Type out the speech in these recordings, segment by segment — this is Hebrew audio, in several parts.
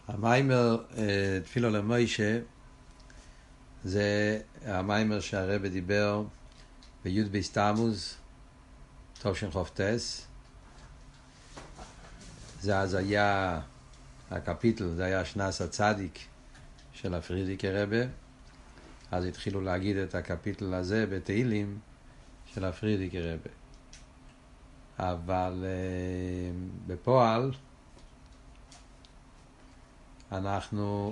המיימר תפילו למוישה זה המיימר שהרבא דיבר בי' בתמוז תשכ"ט. זה אז היה הקפיטל, זה היה שנס הצדיק של הפרידיקי רבא. אז התחילו להגיד את הקפיטל הזה בתהילים של הפרידיקי רבא, אבל בפועל אנחנו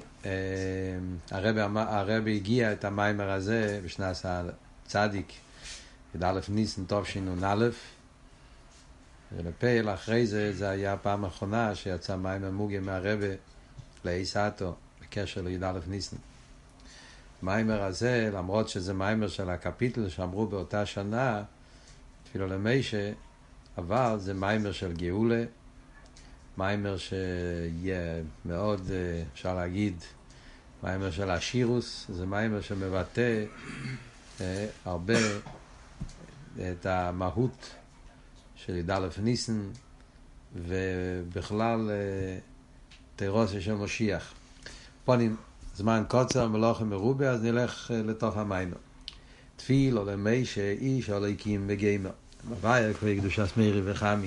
הרב הגיע את המיימר הזה בשנס הצדיק י"א ניסן תשנ"א, ולפעיל אחרי זה היה פעם אחרונה שיצא מיימר מוגה מהרב לאיסאטו בקשר לי"א ניסן. המיימר הזה, למרות שזה מיימר של הקפיטל שאמרו באותה שנה תפילו למוישה, אבל זה מיימר של גאולה, מיימר שיהיה מאוד, אפשר להגיד, מיימר של השירוס. זה מיימר שמבטא הרבה את המהות של י"א ניסן ובכלל תירוסיה של משיח. פונים זמן קוצר מלאכה מרובה, אז נלך לתוך המיימר. תפילו למוישה איש אלוהים וגיימר מבאר כלי קדושת מאירי וחמי.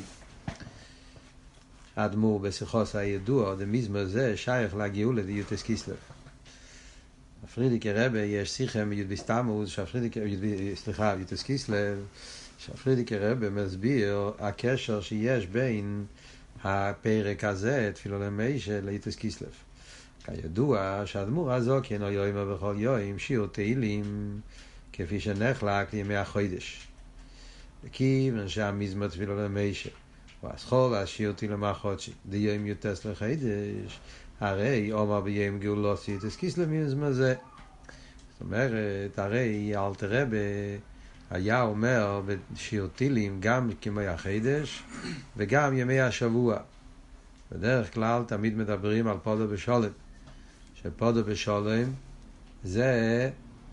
האדמו"ר בשיחוס הידוע, המזמור זה שייך לגאולה דיוטס קיסלב. הפרידיקי רבא יש שיחה מי' בתמוז, יוטס קיסלב, שהפרידיקי רבא מסביר הקשר שיש בין הפרק הזה, תפילו למוישה, ליוטס קיסלב. כידוע שהאדמו"ר הזקן או יום בכל יום שיר תהילים כפי שנחלק לימי החודש. וכיוון שהמזמור תפילו למוישה ואסחול השיר תהילים החודשי דיום יוטס לחודש, הרי אומר ביום גאולת יוטס קיסלב מזמור זה. זאת אומרת, הרי אלתר רבא היה אומר בשיר תהילים גם כימי החודש וגם ימי השבוע. בדרך כלל תמיד מדברים על פודו בשולם, שפודו בשולם זה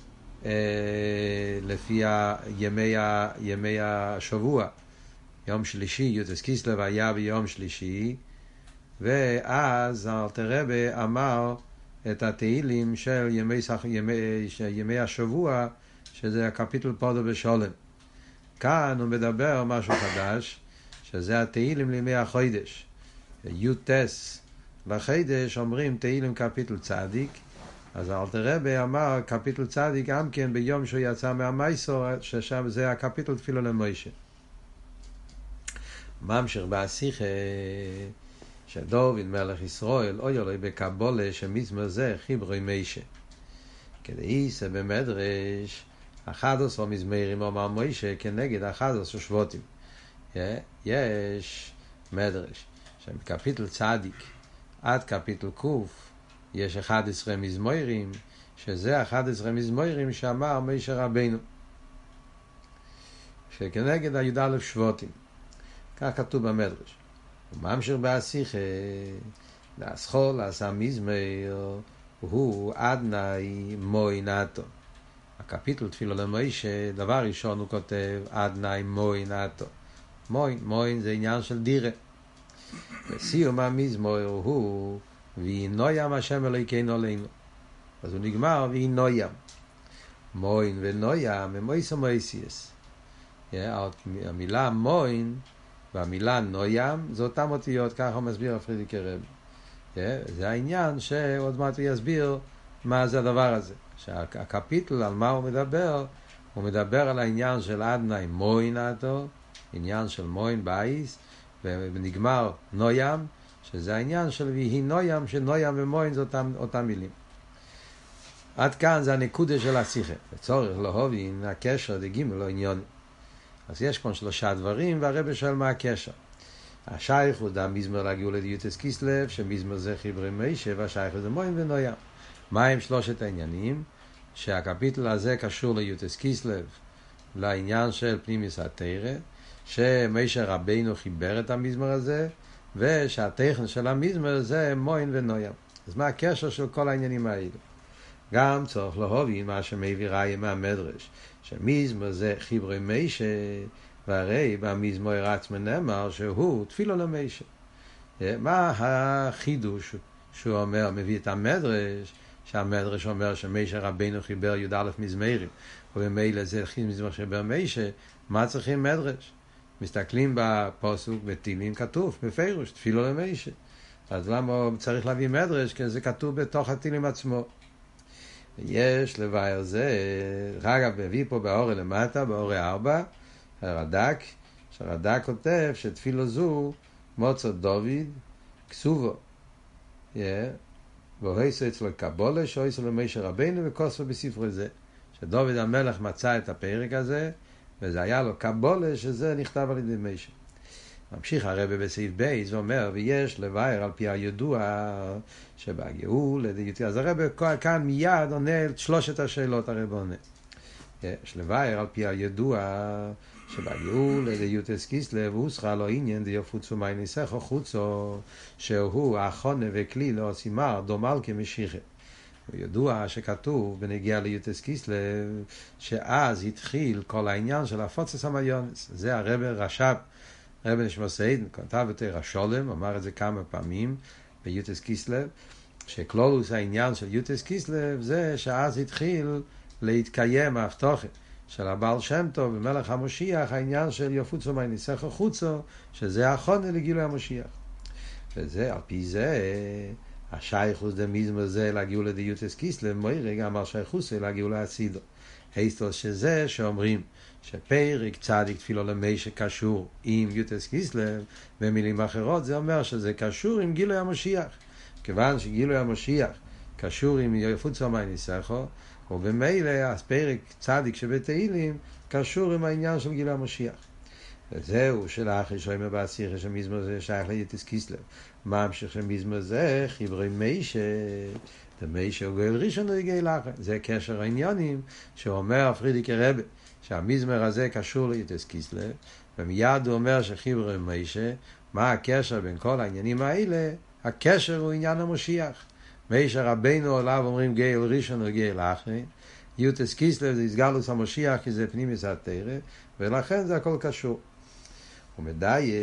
לפי ימי השבוע. יום שלישי, יוטס קיסלב היה ביום שלישי, ואז אלתר רבא אמר את התהילים של ימי השבוע, שזה הקפיטל פודו בשולם. כאן הוא מדבר משהו חדש, שזה התהילים לימי החודש. יוטס לחודש אומרים תהילים קפיטל צדיק, אז אלתר רבא אמר קפיטל צדיק גם כן ביום שהוא יצא מהמייסור, ששם זה הקפיטל תפילו למוישה. ממשיך בשיחה שדוד מלך ישראל אויה לו בקבולה שמזמור זה חיברו עם מוישה כדאיסא במדרש 11 מזמורים אומר מוישה כנגד 11 שבטים. יש מדרש שמקפיטל צדיק עד קפיטל קוף יש 11 מזמורים, שזה 11 מזמורים שאמר מוישה רבינו שכנגד הי"א שבטים. כך כתוב במדרש. וממשיך בשיחה לאסחול עשה מזמור הוא אדני מוינתו. הקפיטל תפילו למוישה, דבר ראשון הוא כותב אדני מוינתו. מוין זה עניין של דירה. וסיום המזמור הוא וינוים השם אלוהינו עלינו. אז הוא נגמר וינוים. מוין ונוים הם מויס ומויסיאס. המילה מוין והמילה נוים זה אותם אותיות, ככה מסביר הפרידיקי רבא. זה העניין שעוד מעט הוא יסביר מה זה הדבר הזה. שהקפיטל על מה הוא מדבר? הוא מדבר על העניין של אדני מוינתו, עניין של מוין בייס, ונגמר נוים, שזה העניין של ויהי נוים, שנוים ומוין זה אותם מילים. עד כאן זה הנקודה של השיחה. לצורך להבין הקשר דגימל לא עניון. אז יש פה 3 דברים, והרבא שואל מה הקשר. השייך הוא המזמור לגאולה דיוטס קיסלב, שמזמור זה חיברו עם מוישה, והשייך זה מוין ונוים. מה הם 3 העניינים? שהקפיטל הזה קשור ליוטס קיסלב, לעניין של פנימיוס התורה, שמוישה רבינו חיבר את המזמור הזה, ושהטכן של המזמור זה מוין ונוים. אז מה הקשר של כל העניינים האלה? גם צריך להבין מה שמביא ראיה מהמדרש, שמזמור זה חיברו עם מוישה, והרי במזמור עצמו נאמר שהוא תפילו למוישה. מה החידוש שהוא אומר, מביא את המדרש, שהמדרש אומר שמשה רבינו חיבר י"א מזמרים, ובמילא זה מזמר שחיבר משה, מה צריכים מדרש? מסתכלים בפסוק בתהילים כתוב, בפירוש, תפילו למשה. אז למה צריך להביא מדרש? כי זה כתוב בתוך התהילים עצמו. יש לבאר זה, אגב, מביא פה באור למטה, באור 4, הרד"ק, שהרד"ק כותב שתפילו זו מוצא דוד כסובו. והויסו אצלו קבולה, שהויסו למשה רבינו וכוספו בספרו זה. שדוד המלך מצא את הפרק הזה, וזה היה לו קבולה, שזה נכתב על ידי משה. ממשיך הרב בסעיף בייס ואומר, ויש לבאר על פי הידוע שבגאול, אז הרב כאן מיד עונה את שלושת השאלות הרב עונה. יש לבאר על פי הידוע שבגאול ליוטס קיסלב הוסחה לו עניין דיופוצו מי ניסחו חוצו שהוא החונה וכלי לא סימר דומל כמשיכה. ידוע שכתוב בנגיע ליוטס קיסלב שאז התחיל כל העניין של הפוצס המיונס. זה הרב רש"ב, רב נשמע סיידן, כתב יותר השולם, אמר את זה כמה פעמים ביוטס קיסלב, שכלולוס העניין של יוטס קיסלב זה שאז התחיל להתקיים ההבטחה של הבעל שם טוב במלך המשיח, העניין של יפוצו מי ניסחו חוצו, שזה החונה לגילוי המשיח. וזה, על פי זה, השייכוס דמיזמר זה לגאולה דיוטס קיסלב, מוירי גם על שייכוס לגאולה הצידו. היסטו שזה שאומרים שפרק צדיק תפילו למשה קשור עם יוטס קיסלב, במילים אחרות זה אומר שזה קשור עם גילוי המשיח. כיוון שגילוי המשיח קשור עם יפוצו מי ניסחו, ובמילא הפרק צדיק שבתהילים קשור עם העניין של גילוי המשיח. וזהו שלאחרי שוימה בעשיכה שמזמור זה שייך ליוטס קיסלב. מה המשך של מזמור זה? חיברי משה, משה הוא גואל ראשון או גואל אחר. זה קשר העניינים שאומר פרידיקי רבי, שהמזמור הזה קשור ליוטס קיסלב, ומיד הוא אומר שחיברי משה, מה הקשר בין כל העניינים האלה? הקשר הוא עניין המשיח. משה רבינו עליו אומרים גואל ראשון או גואל אחר. יוטס קיסלב זה הסגלוס המשיח כי זה פנימיס התורה, ולכן זה הכל קשור. הוא מדייק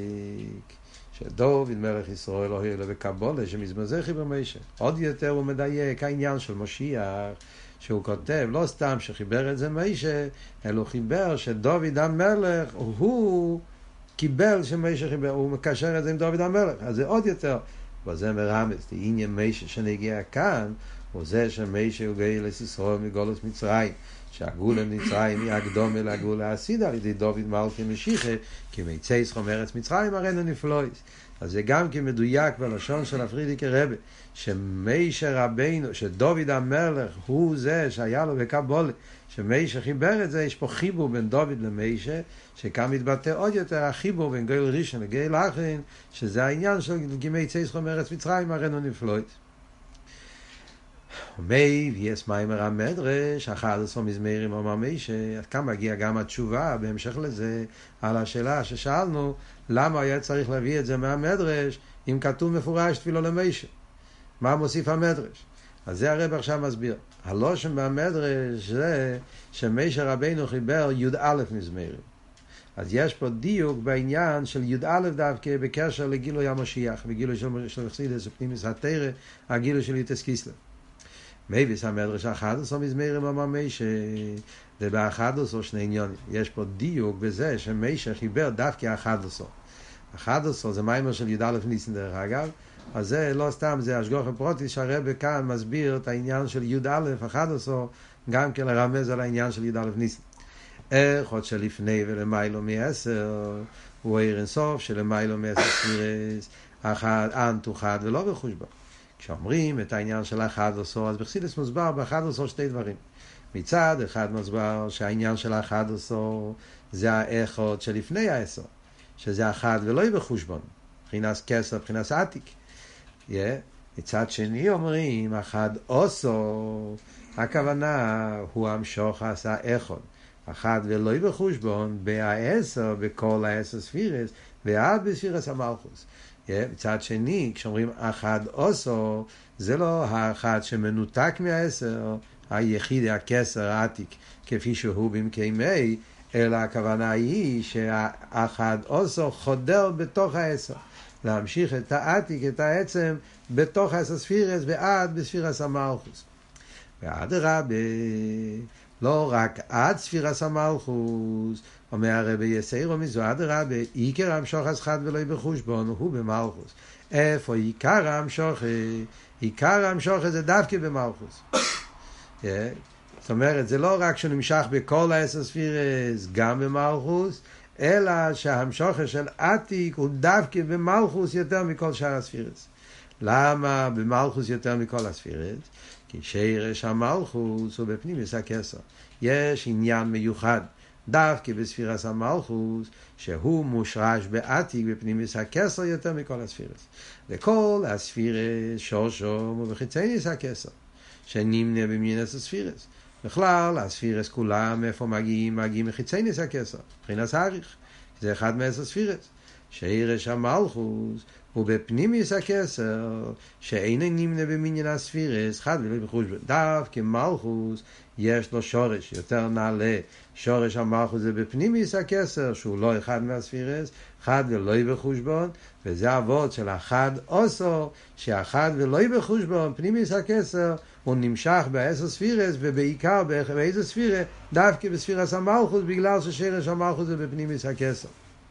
שדוד מלך ישראל לא היה לו בקבולה שמזמור זה חיבר משה. עוד יותר הוא מדייק העניין של משיח, שהוא כותב לא סתם שחיבר את זה משה, אלא הוא חיבר שדוד המלך הוא קיבל שמשה חיבר, הוא מקשר את זה עם דוד המלך, אז זה עוד יותר. וזה מרמז, עניין משה שנגיע כאן, הוא זה שמשה הוא גאל את ישראל מגולת מצרים, שהגאולה ממצרים היא הקדומה לגאולה העתידה על ידי דוד מלכי משיחה, כי מיציאס מארץ מצרים הראינו נפלאות. אז זה גם כמדויק בלשון של הפרידיקי רבי, שמשה רבינו, שדוד המלך הוא זה שהיה לו בקבולה, שמשה חיבר את זה, יש פה חיבור בין דוד למשה, שכאן מתבטא עוד יותר החיבור בין גאל ראשון לגאל אחרין, שזה העניין של מיציאס מארץ מצרים הראינו נפלאות. ומי ויש מיימר המדרש 11 מזמרים אומר משה. כאן מגיע גם התשובה בהמשך לזה על השאלה ששאלנו למה היה צריך להביא את זה מהמדרש אם כתוב מפורש תפילו למשה, מה מוסיף המדרש? אז זה הרב עכשיו מסביר. הלושן במדרש זה שמשה רבינו חיבר י"א מזמרים, אז יש פה דיוק בעניין של י"א דווקא בקשר לגילוי המשיח, בגילוי של חסידות פנימיס התורה, הגילוי של יוטס קיסלב. מייבס המדרש 11 מזמרים אמר משה, זה ב-11 שני עניונים. יש פה דיוק בזה שמשה חיבר דווקא 11. 11 זה מיימר של י"א ניסן דרך אגב, אז זה לא סתם, זה השגוח הפרוטיס שהרבא כאן מסביר את העניין של י"א 11, גם כן לרמז על העניין של י"א ניסן. אחד שלפני ולמיילו מ-10, הוא עיר אינסוף שלמיילו מ-10 ספירס, אחד אנטו חד ולא בחושבו. כשאומרים את העניין של 11, אז בחסידות מוסבר ב-11 שתי דברים. מצד אחד מוסבר שהעניין של 11 זה האחד שלפני 10, שזה אחד ולא יהיה בחושבון, מבחינת כסף, מבחינת עתיק. מצד שני אומרים, אחד עשו, הכוונה הוא המשוך עשה אחד. אחד ולא יהיה בחושבון, ב-10, בכל 10 ספירס, ועד בספירס המלכוס. מצד שני, כשאומרים אחד עשו, זה לא האחד שמנותק מה-10, היחיד, הכסר, העתיק, כפי שהוא במקיימי, אלא הכוונה היא שהאחד עשו חודר בתוך ה-10. להמשיך את העתיק, את העצם, בתוך הספירס ועד בספירס המלכוס. ועד הרבה, לא רק עד ספירס המלכוס, אומר הרבי יסיירו מזו, עד הרבה, עיקר המשוך אז חד ולא בחושבון, הוא במלכוס. איפה עיקר המשוך? עיקר המשוך זה דווקא במלכוס. זאת אומרת, זה לא רק שהוא נמשך בכל העשר ספירס, גם במלכוס, אלא שההמשוך של עתיק הוא דווקא במלכוס יותר מכל שאר הספירס. למה במלכוס יותר מכל הספירס? כי שרש המלכוס הוא בפנימיוס הכסר. יש עניין מיוחד דווקא בספירס המלכוס, שהוא מושרש בעתיק בפנימיוס הכסר יותר מכל הספירס. וכל הספירס שורשו ובחיצייניס הכסר, שנמנה במינס הספירס. בכלל, הספירס כולם, איפה מגיעים? מגיעים מחיצייניס הכסר, מבחינת האריך. זה אחד מעשר ספירס. שרש המלכוס הוא בפנימיוס הכסר, שאינו נמנה במניין הספירס, חד ולא בחושבון. דווקא מלכוס יש לו שורש יותר נעלה. שורש המלכוס זה בפנימיוס הכסר, שהוא לא אחד מהספירס, חד ולא בחושבון, וזה אבות של החד עשר, שהחד ולא בחושבון, פנימיוס הכסר, הוא נמשך בעשר ספירס, ובעיקר באיזה ספירה, דווקא בספירס המלכוס, בגלל ששרש המלכוס זה בפנימיוס הכסר.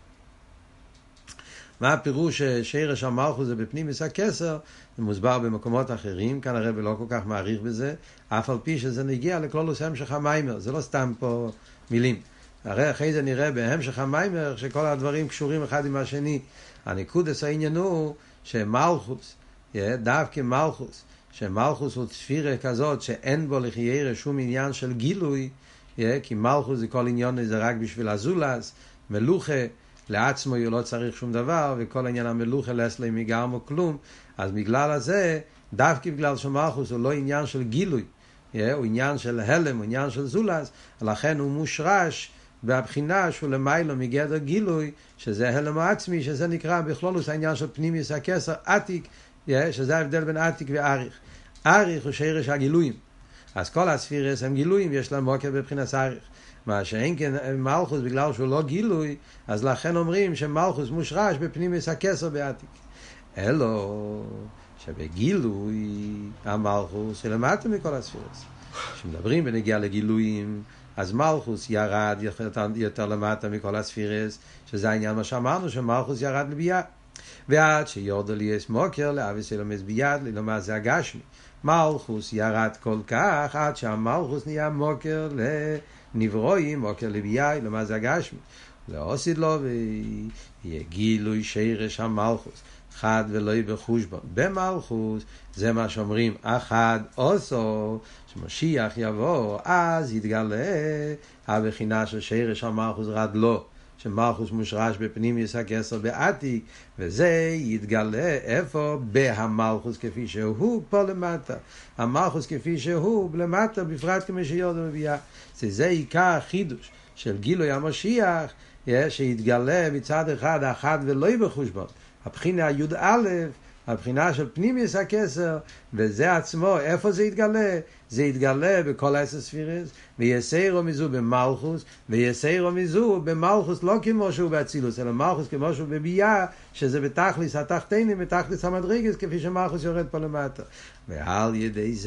מה הפירוש ששרש המלכוס זה בפנימיוס הכסר? זה מוסבר במקומות אחרים, כאן הרב לא כל כך מעריך בזה, אף על פי שזה נגיע לכלולוס המשך המיימר, זה לא סתם פה מילים. הרי אחרי זה נראה בהמשך המיימר שכל הדברים קשורים אחד עם השני. הנקודס העניין הוא שמלכוס, דווקא מלכוס, שמלכוס הוא ספירה כזאת שאין בו לחיירה שום עניין של גילוי, כי מלכוס זה כל עניין זה רק בשביל הזולס, מלוכה, לעצמו הוא לא צריך שום דבר, וכל עניין המלוכה לסלי מגרמו כלום. אז בגלל הזה, דווקא בגלל שמלכוס הוא לא עניין של גילוי, הוא עניין של הלם, הוא עניין של זולס, לכן הוא מושרש בבחינה שהוא למיילו מגדר גילוי, שזה הלם העצמי, שזה נקרא בכלולוס העניין של פנימיוס הכסר, עתיק, שזה ההבדל בין עתיק ואריך. אריך הוא שרש הגילויים. אז כל הספירס הם גילויים, יש להם מוקר בבחינת אריך. מה שאין כן מלכוס בגלל שהוא לא גילוי, אז לכן אומרים שמלכוס מושרש בפנימיוס הכסר בעתיק. אלו שבגילוי המלכוס זה למטה מכל הספירס. כשמדברים בנגיע לגילויים, אז מלכוס ירד יותר למטה מכל הספירס, שזה העניין מה שאמרנו, שמלכוס ירד לביאה. ועד שיורדו לי יש מוקר, לאביס אלומס ביד, ללומד זה הגשמי. מלכוס ירד כל כך, עד שהמלכוס נהיה מוקר לנברואים, מוקר לביאה, ללומד זה הגשמי. לעוsid לו ויהיה גילוי שרש המלכוס, חד ולא בחושבון. במלכוס זה מה שאומרים, אחד עשו, שמשיח יבוא, אז יתגלה הבחינה של שרש המלכוס רד לו. שמלכוס מושרש בפנימיוס הכסר בעתיק, וזה יתגלה איפה? בהמלכוס כפי שהוא פה למטה. המלכוס כפי שהוא למטה, בפרט כמו שיורדו מביאה. זה עיקר החידוש של גילוי המשיח, שיתגלה מצד אחד האחד ולא בחושבון. הבחינה י' א', הבחינה של פנימיוס הכסר, וזה עצמו, איפה זה יתגלה? זה יתגלה בכל העשר ספירס, ויסיירו מזו במלכוס, ויסיירו מזו במלכוס לא כמו שהוא באצילוס, אלא מלכוס כמו שהוא בביאה, שזה בתכליס התחתינים, בתכליס המדרגס, כפי שמלכוס יורד פה למטה. ועל ידי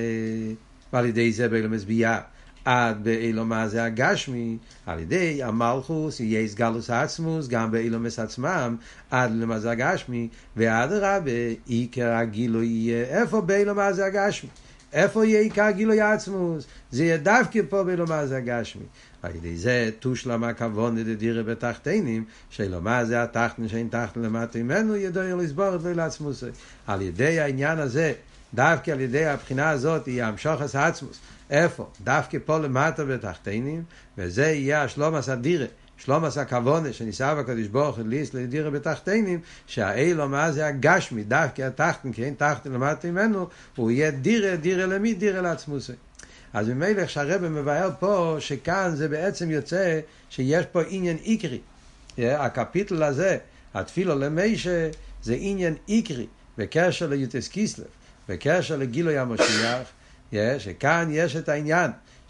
זה באילומס ביאה, עד באילומה זה הגשמי, על ידי המלכוס יהיה סגלוס העצמוס, גם באילומס עצמם, עד למה זה הגשמי, ועד רבה עיקר הגילוי יהיה, איפה באילומה זה הגשמי? איפה יהיה עיקר גילוי העצמוס? זה יהיה דווקא פה באילומה זה הגשמי. על ידי זה תושלם הכוון לדירה בתחתינים, שאילומה זה התחתן שאין תחתן למטה ממנו, ידוע לסבור את לילה עצמוס. על ידי העניין הזה, דווקא על ידי הבחינה הזאת, יהיה המשוחס העצמוס. איפה? דווקא פה למטה בתחתינים, וזה יהיה השלומס הדירה, שלומס הכוונה שניסה בקדוש ברוך הוא ליס לדירה בתחתינים, שהאילום הזה הגשמי, דווקא התחתן, כי אין תחתן למטה ממנו, הוא יהיה דירה למי? דירה לעצמוס. אז ממילא שהרבא מבאר פה, שכאן זה בעצם יוצא שיש פה עניין עיקרי. הקפיטל הזה, התפילו למשה, זה עניין עיקרי, בקשר ליוטס קיסלב, בקשר לגילוי המשיח, שכאן יש את העניין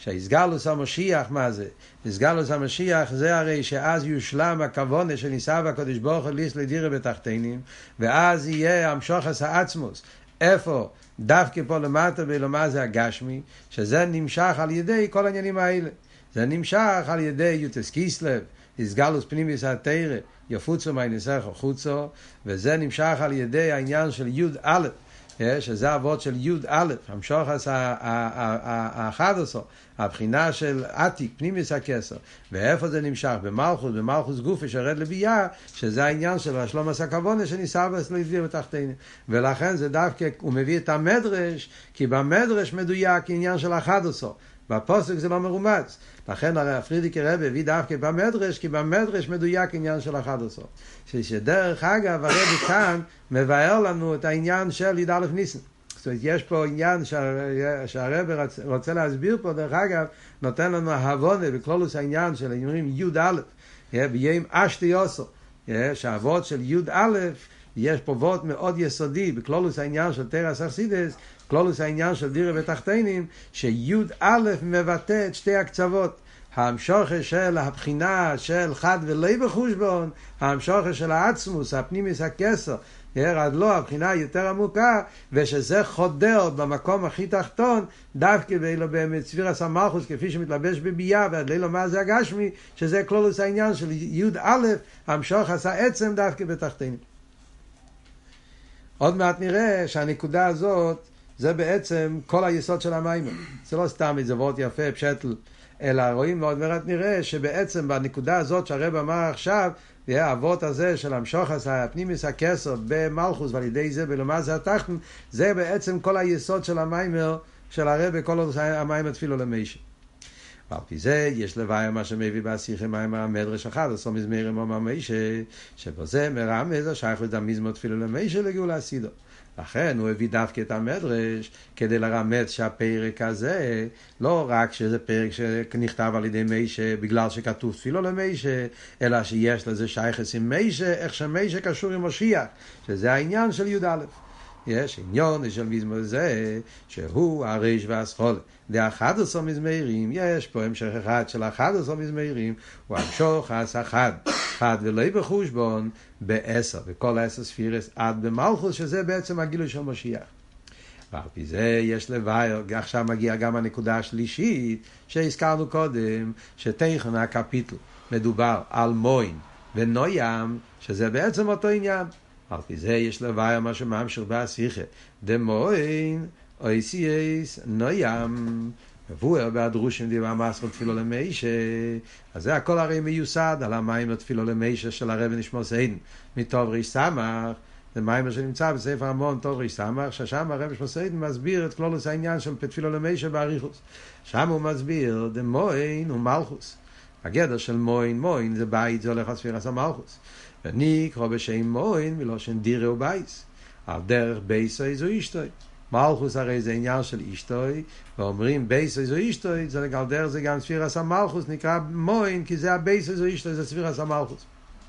שהסגלוס המשיח, מה זה? הסגלוס המשיח זה הרי שאז יושלם הכוונה שניסה בקדוש ברוך הוא ליס לדירה בתחתינים, ואז יהיה המשוחס העצמוס. איפה? דווקא פה למטה ולמה זה הגשמי, שזה נמשך על ידי כל העניינים האלה. זה נמשך על ידי יוטס קיסלב, הסגלוס פנימיס התורה, יפוצו מהנסך החוצו, וזה נמשך על ידי העניין של י' א', שזה אבות של י' א', המשוחס ה-11, הבחינה של עתיק, פנימיס הכסר. ואיפה זה נמשך? במלכוס, במלכוס גופה שרד לבייה, שזה העניין של השלום הסכבונה שניסה להסביר בתחתינו. ולכן זה דווקא, הוא מביא את המדרש, כי במדרש מדויק עניין של 11. בפוסק זה לא מרומץ. לכן הרי פרידיקי רבי הביא דווקא במדרש, כי במדרש מדויק עניין של 11. שדרך אגב הרבי כאן מבאר לנו את העניין של י' א' ניסן. זאת אומרת, יש פה עניין שהרבי רוצה להסביר פה, דרך אגב, נותן לנו הבונה בכלולוס העניין של אומרים י' א', ביים אשתי עושו, שהאבות של י' א', יש פה וות מאוד יסודי בכלולוס העניין של תרס אכסידס, כלולוס העניין של דירה ותחתינים, שי' א' מבטא את שתי הקצוות. המשוחש של הבחינה של חד ולא בחושבון, המשוחש של העצמוס, הפנימיס הכסר, ירד לו הבחינה יותר עמוקה, ושזה חודר במקום הכי תחתון, דווקא בצבירס המלכוס, כפי שמתלבש בבייה, ועד לילה מה זה הגשמי, שזה כלולוס העניין של י' א', המשוחש העצם דווקא בתחתינים. עוד מעט נראה שהנקודה הזאת, זה בעצם כל היסוד של המים. זה לא סתם איזה וורט יפה, פשטל, אלא רואים מאוד מעט נראה שבעצם בנקודה הזאת שהרב אמר עכשיו, האבות הזה של המשוחס הפנימיס הכסר במלכוס ועל ידי זה ולמה זה התחתן, זה בעצם כל היסוד של המיימר של הרב, כל המיימר תפילו למשה. ועל פי זה יש לוויה מה שמביא בהשיחה מיימר המדרש אחד, עשו מזמרים אומר משה, שבזה מרמז השייך את המזמור תפילו למשה לגאולה סידו. לכן הוא הביא דווקא את המדרש כדי לרמז שהפרק הזה לא רק שזה פרק שנכתב על ידי משה בגלל שכתוב תפילו למשה, אלא שיש לזה שייכס עם משה, איך שמשה קשור עם משיח, שזה העניין של י' א'. יש עניון של מזמור זה שהוא הריש והסחול. דה 11 מזמרים, יש פה המשך אחד של 11 מזמרים, הוא המשוחס אחד, חד ולא בחושבון, ב10, וכל 10 ספירס עד במלכוס, שזה בעצם הגילוי של משיח. ועל פי זה יש לבייר, עכשיו מגיע גם הנקודה השלישית, שהזכרנו קודם, שתכן הקפיטל מדובר על מוין ונוים, שזה בעצם אותו עניין. על פי זה יש לבייר מה שממשיך בהשיחה, דמוין, אויסייס, נוים, מבואר בהדרושים דיבר מסר תפילו למשה. אז זה הכל הרי מיוסד על המים תפילו למשה של הרב נשמור סיידן מטוב ריש סמך. זה מים שנמצא בספר המון טוב ריש סמך, ששם הרב נשמור סיידן מסביר את כלולוס העניין של תפילו למשה באריכוס. שם הוא מסביר דמוין ומלכוס. הגדר של מוין זה בית, זה הולך על ספירס המלכוס, ונקרא בשם מוין מלושן דירה ובייס, על דרך בייסוי זו אשתוי. מלכוס הרי זה עניין של אשתוי, ואומרים בייסוי זו אשתוי, זה על דרך זה גם ספירס המלכוס, נקרא מוין, כי זה הבייסוי זו אשתוי, זה ספירס המלכוס.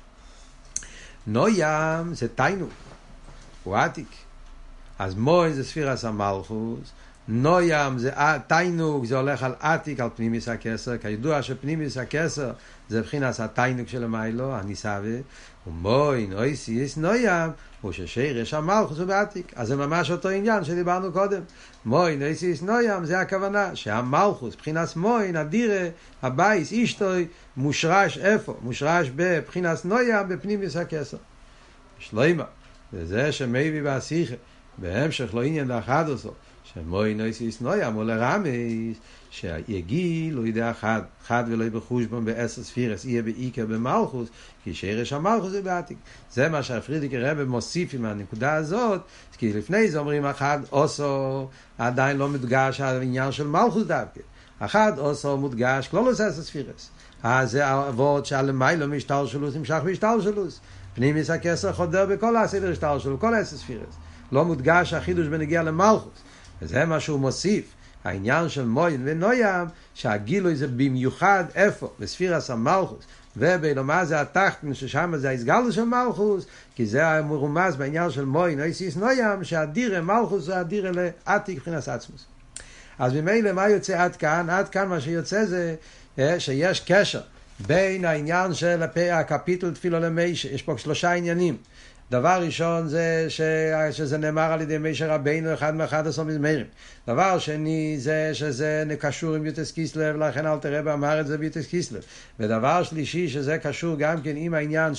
נוים זה תיינוק, הוא עתיק. אז מוין זה ספירס המלכוס, נוים זה תיינוק, זה הולך על עתיק, על פנימיס הכסר, כידוע שפנימיס הכסר זה בחינת התיינוק של המיילו, הניסווה, ומוין, אויסיס, נוים, הוא ששרש המלכוס הוא בעתיק. אז זה ממש אותו עניין שדיברנו קודם. מוין, אויסיס, נוים, זה הכוונה, שהמלכוס, בחינת מוין, הדירה, הבייס, אשתוי, מושרש איפה? מושרש בבחינת נוים, בפנימיס הכסר. שלמה, וזה שמביא בהשיחה, בהמשך לא עניין לאחד עשו, שמוי נויסיס נוים או לרמז שיגיל לא ידע חד ולא בחושבון בעשר ספירס יהיה בעיקר במלכוס, כי שרש המלכוס זה בעתיק. זה מה שהפרידיקי רבי מוסיף עם הנקודה הזאת, כי לפני זה אומרים אחד אוסו עדיין לא מודגש העניין של מלכוס דווקא, אחד אוסו מודגש כלול עשר ספירס, אז זה העבוד שהלמיילו משטר שלוס נמשך משטר שלוס, פנימיס הכסר חודר בכל הסדר משטר שלוס, כל עשר ספירס, לא מודגש החידוש בנגיע למלכוס. וזה מה שהוא מוסיף, העניין של מוין ונוים, שהגילוי זה במיוחד איפה? בספירס המלכוס, ובלומה זה התחתן, ששם זה ההסגלוס של מלכוס, כי זה מרומז בעניין של מוין, אויסיס נוים, שהדירה מלכוס זה הדירה לעתיק מבחינת עצמוס. אז ממילא מה יוצא עד כאן? עד כאן מה שיוצא זה שיש קשר בין העניין של הקפיטול תפילו למיישה. יש פה 3 עניינים. דבר ראשון זה שזה נאמר על ידי משה רבינו אחד מ-11 מזמרים. דבר שני זה שזה קשור עם יוטס קיסלב, לכן אלתר רבי אמר את זה ביוטס קיסלב. ודבר שלישי שזה קשור גם כן עם העניין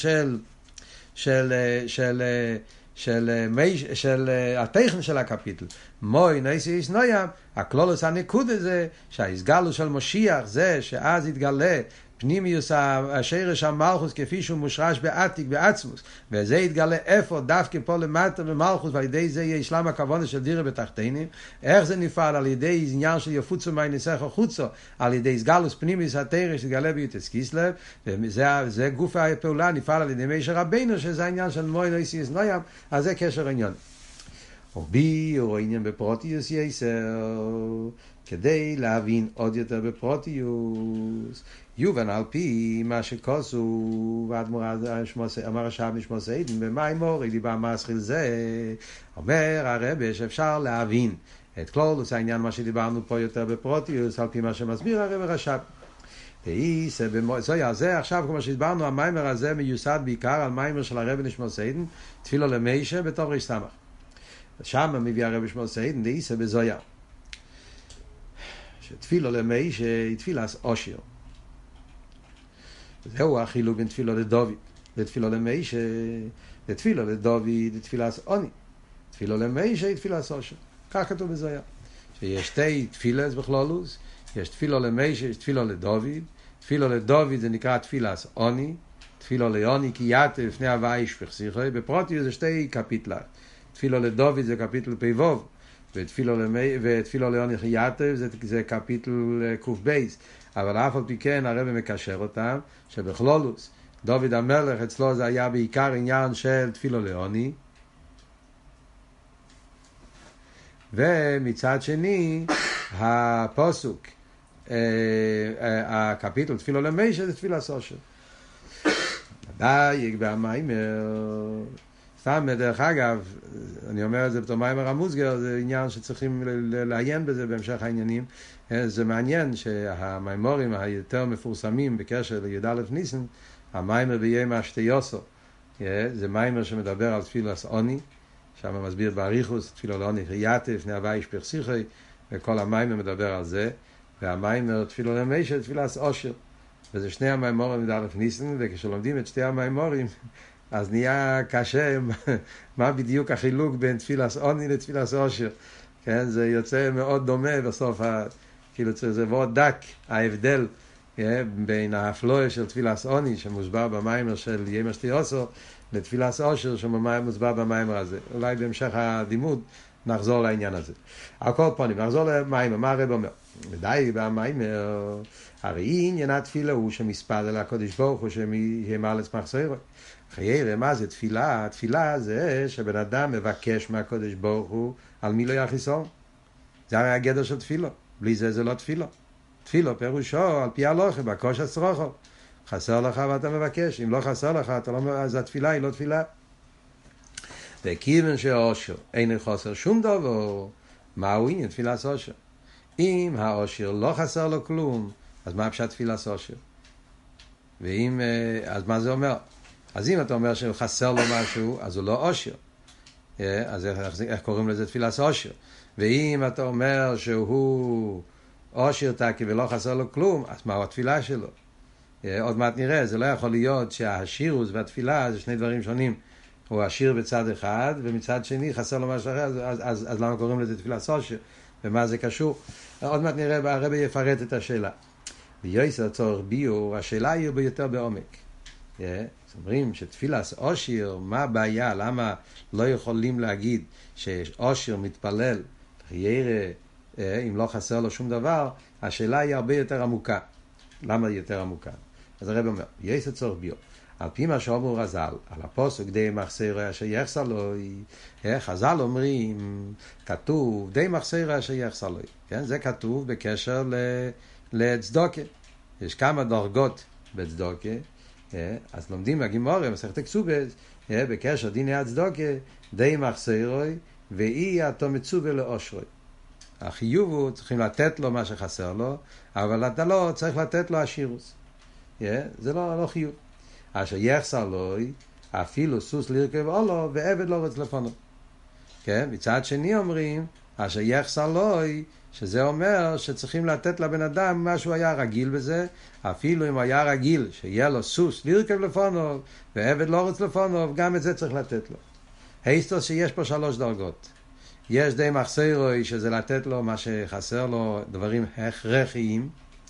של הטכן של הקפיטל. מוי נייסי ישנוים, הכלולוס הנקוד הזה, שההסגלוס של משיח זה שאז יתגלה פנימיוס השרש המלכוס כפי שהוא מושרש בעתיק בעצמוס, וזה יתגלה איפה דווקא פה למטה במלכוס, ועל ידי זה יהיה שלם הכוונה של דירה בתחתינים. איך זה נפעל? על ידי עניין של יפוצו מי ניסח החוצו, על ידי סגלוס פנימיוס התרש שתגלה ביוטס קיסלב, וזה גוף הפעולה נפעל על ידי משה רבינו, שזה העניין של מוי ניסי ישנוים. אז זה קשר עניין. וביאור העניין בפרוטיוס יסר, כדי להבין עוד יותר בפרוטיוס, יובן על פי מה שכוסו אמר השב נשמע סיידן במיימור דיבר מסחיל זה. אומר הרב שאפשר להבין את כלולוס העניין מה שדיברנו פה יותר בפרוטיוס על פי מה שמסביר הרב רש"ב. זה עכשיו כמו שדיברנו, המיימר הזה מיוסד בעיקר על מיימר של הרב נשמע סיידן תפילו למיישה בתור ריש סמך. שם מביא הרב נשמע סיידן דאיסה בזויה שתפילו למיישה היא תפילת אושר. זהו החילוק בין תפילו לדוד לתפילו למיישה. לתפילו לדוד לתפילת עוני, תפילו למיישה היא תפילת אושר. כך כתוב בזויה שיש 2 תפילס בכלולוס, יש תפילו למיישה, יש תפילו לדוד. תפילו לדוד זה נקרא תפילת עוני, תפילו לעוני כי יתה לפני הווה ישפך שיחו. בפרוטיוס זה 2 קפיטלות. תפילו לדוד זה קפיטל פ"ו, ותפילו לעוני כי יתה זה קפיטל ק"ב. אבל אף על פי כן הרב מקשר אותם שבכלולוס דוד המלך אצלו זה היה בעיקר עניין של תפילו לעוני, ומצד שני הפסוק הקפיטל תפילו למיישה זה תפילת אושר. ודאי במיימר סתם דרך אגב, אני אומר את זה בתור מיימר המוסגר, זה עניין שצריכים לעיין בזה בהמשך העניינים. זה מעניין שהמיימורים היותר מפורסמים בקשר לי"א ניסן, המיימר ביום השתיוסו, זה מיימר שמדבר על תפילת עוני, שם מסביר באריכוס תפילו לעוני יתה לפני הווה ישפך שיחו, וכל המיימר מדבר על זה. והמיימר תפילו למיישה תפילת אושר, וזה 2 המיימורים בי"א ניסן. וכשלומדים את 2 המיימורים אז נהיה קשה מה בדיוק החילוק בין תפילת עוני לתפילת אושר. כן, זה יוצא מאוד דומה בסוף, כאילו זה מאוד דק ההבדל בין האפלואה של תפילת עוני שמוסבר במיימר של יום השתיוסו לתפילת אושר שמוסבר במיימר הזה. אולי בהמשך הלימוד נחזור לעניין הזה. על כל פנים, נחזור למיימר. מה הרב אומר? ודאי במיימר, הרי עניין התפילה הוא שמספד על הקדוש ברוך הוא שיאמר לצמח סוירו. חיירה, מה זה תפילה? תפילה זה שבן אדם מבקש מהקדוש ברוך הוא על מי לא יחיסון. זה הרי הגדר של תפילו. בלי זה זה לא תפילו. תפילו פירושו על פי הלוכה, בקוש הצרוכו. חסר לך ואתה מבקש. אם לא חסר לך, אז התפילה היא לא תפילה. וכיוון שהאושר אין חסר שום דבר, מהו עניין תפילת אושר? אם האושר לא חסר לו כלום, אז מה פשט תפילת אושר? ואם, אז מה זה אומר? אז אם אתה אומר שחסר לו משהו, אז הוא לא אושר. אז איך קוראים לזה תפילת אושר? ואם אתה אומר שהוא אושר תקי ולא חסר לו כלום, אז מהו התפילה שלו? עוד מעט נראה, זה לא יכול להיות שהשירוס והתפילה זה 2 דברים שונים. הוא עשיר בצד אחד, ומצד שני חסר לו משהו אחר, אז למה קוראים לזה תפילת אושר? ומה זה קשור? עוד מעט נראה, הרבי יפרט את השאלה. ויועסר צורך ביור, השאלה היא ביותר בעומק. אומרים שתפילת אושר, מה הבעיה? למה לא יכולים להגיד שאושר מתפלל, חיירה, אם לא חסר לו שום דבר? השאלה היא הרבה יותר עמוקה. למה היא יותר עמוקה? אז הרב אומר, יש צורך ביור. על פי מה שאומרו רז"ל, על הפסוק די מחסר אשר יחסר לו, חז"ל אומרים, כתוב די מחסר אשר יחסר לו. כן? זה כתוב בקשר לצדוקה. יש כמה דרגות בצדוקה, אז לומדים בגימורה, מסכת כסובס, בקשר דיני הצדוקה, די מחסר ואי אתה מצווה לאושרוי. החיוב הוא, צריכים לתת לו מה שחסר לו, אבל אתה לא צריך לתת לו השירוס. זה לא חיוב. אשר יחסר לו, אפילו סוס לרכב עולו, ועבד לא רץ לפונו. מצד שני אומרים, אשר יחסר לו, שזה אומר שצריכים לתת לבן אדם מה שהוא היה רגיל בזה, אפילו אם הוא היה רגיל שיהיה לו סוס לרכב לפונו, ועבד לא רץ לפונו, גם את זה צריך לתת לו. היסטוס שיש פה 3 דרגות. יש די מחסרוי שזה לתת לו מה שחסר לו, דברים הכרחיים.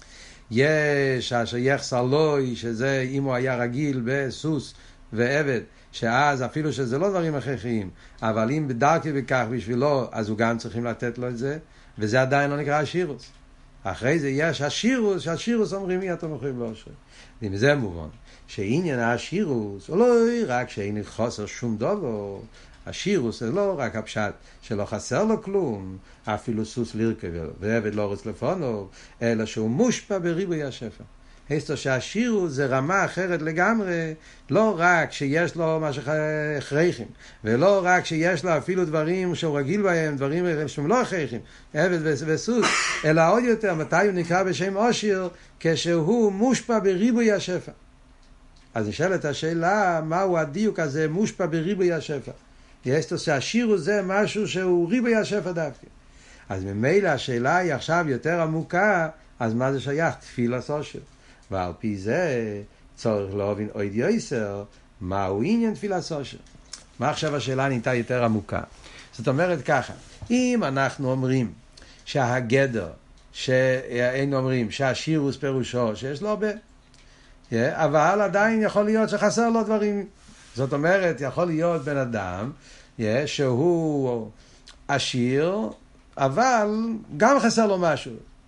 יש אשר יחסר לו, שזה אם הוא היה רגיל בסוס ועבד, שאז אפילו שזה לא דברים הכרחיים, אבל אם בדרכי בכך בשבילו, אז הוא גם צריכים לתת לו את זה, וזה עדיין לא נקרא השירוס. אחרי זה יש השירוס, שהשירוס אומרים מי אתה מחויב לאושר. ואם זה מובן, שעניין השירוס, או לא רק שאין חוסר שום דבר, השירוס זה לא רק הפשט שלא חסר לו כלום, אפילו סוס לרכב ועבד לא רץ לפונו, אלא שהוא מושפע בריבוי השפע. היסטו שהשירוס זה רמה אחרת לגמרי, לא רק שיש לו מה שהכרחים, ולא רק שיש לו אפילו דברים שהוא רגיל בהם, דברים שהם לא הכרחים, עבד וסוס, אלא עוד יותר, מתי הוא נקרא בשם עושר? כשהוא מושפע בריבוי השפע. אז נשאלת השאלה, מהו הדיוק הזה מושפע בריבוי השפע? יש לו שהשירוס זה משהו שהוא ריבוי השפע דווקא. אז ממילא השאלה היא עכשיו יותר עמוקה, אז מה זה שייך? תפילת עושר. ועל פי זה צריך להבין עוד יסר, מהו עניין תפילת עושר. מה עכשיו השאלה נהייתה יותר עמוקה? זאת אומרת ככה, אם אנחנו אומרים שהגדר, שהיינו אומרים שהשירוס פירושו שיש לו הרבה, אבל עדיין יכול להיות שחסר לו דברים. זאת אומרת, יכול להיות בן אדם שהוא עשיר, אבל גם חסר לו משהו.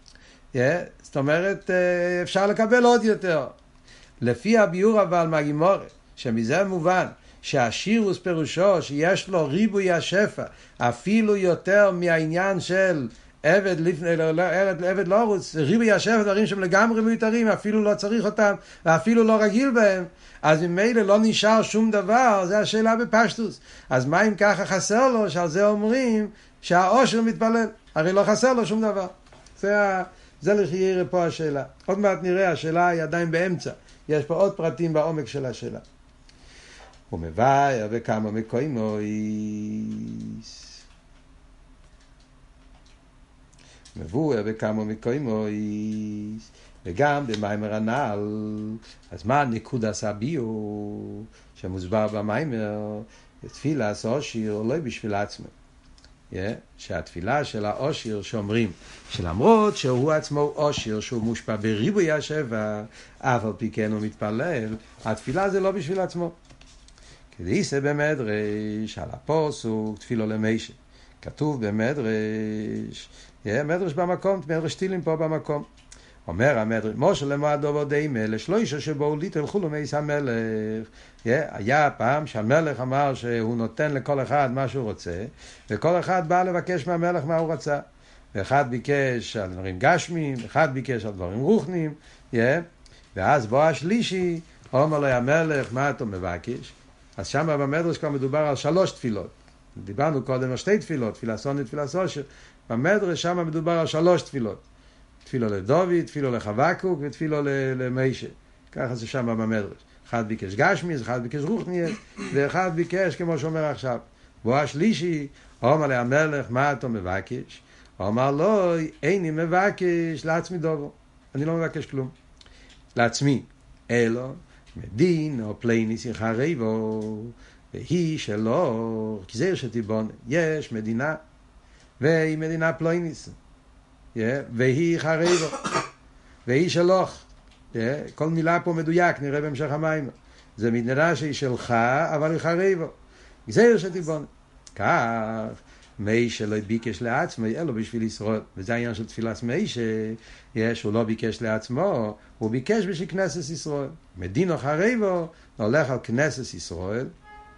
זאת אומרת, אפשר לקבל עוד יותר. לפי הביור אבל מהגימור, שמזה מובן שהשירוס פירושו שיש לו ריבוי השפע, אפילו יותר מהעניין של עבד עבד לא רוץ, ריבוי השפע דברים שהם לגמרי מיותרים, אפילו לא צריך אותם, ואפילו לא רגיל בהם, אז ממילא לא נשאר שום דבר. זה השאלה בפשטוס. אז מה אם ככה חסר לו, שעל זה אומרים שהעושר מתפלל? הרי לא חסר לו שום דבר. זה לחייר פה השאלה. עוד מעט נראה, השאלה היא עדיין באמצע. יש פה עוד פרטים בעומק של השאלה. הוא מבאר בכמה מקוימויס. מבואר בכמה מקוימויס. וגם במיימר הנ"ל, אז מה נקודת הביו שמוסבר במיימר? תפילה עושר לא בשביל עצמו. שהתפילה של העושר שאומרים שלמרות שהוא עצמו עושר, שהוא מושפע בריבוי השפע, אף על פי כן הוא מתפלל, התפילה זה לא בשביל עצמו. כדאיסה במדרש על הפוסוק תפילו למשה, כתוב במדרש, מדרש במקום, מדרש תהילים פה במקום. אומר המדרש, משה למועדו ועודי מלך, לא אישה שבואו לי תלכו למייס המלך. היה פעם שהמלך אמר שהוא נותן לכל אחד מה שהוא רוצה, וכל אחד בא לבקש מהמלך מה הוא רצה. ואחד ביקש על דברים גשמיים, אחד ביקש על דברים רוחניים, ואז בוא השלישי, אומר לו המלך, מה אתה מבקש? אז שם במדרש כבר מדובר על 3 תפילות. דיברנו קודם על 2 תפילות, תפילה סוני, תפילה סושר. במדרש שם מדובר על 3 תפילות. תפילו לדוד, תפילו לחבקוק ותפילו למשה. ככה זה שם במדרש. אחד ביקש גשמי, אחד ביקש רוחני, ואחד ביקש כמו שאומר עכשיו. בוא השלישי, אומר להמלך, מה אתה מבקש? אומר לו, איני מבקש לעצמי דובו. אני לא מבקש כלום. לעצמי. אלו, מדין או פלייניס יחרבו, והיא שלו, כי זה שתיבון, יש מדינה, והיא מדינה פלייניס. והיא חרבו, והיא שלוך. כל מילה פה מדויק, נראה בהמשך המים. זה מדינה שהיא שלך, אבל היא חרבו. זה שתיבון. כך, מי שלא ביקש לעצמו, אלו בשביל ישראל. וזה העניין של תפילת מי שהוא לא ביקש לעצמו, הוא ביקש בשביל כנסת ישראל. מדינו חרבו, הולך על כנסת ישראל,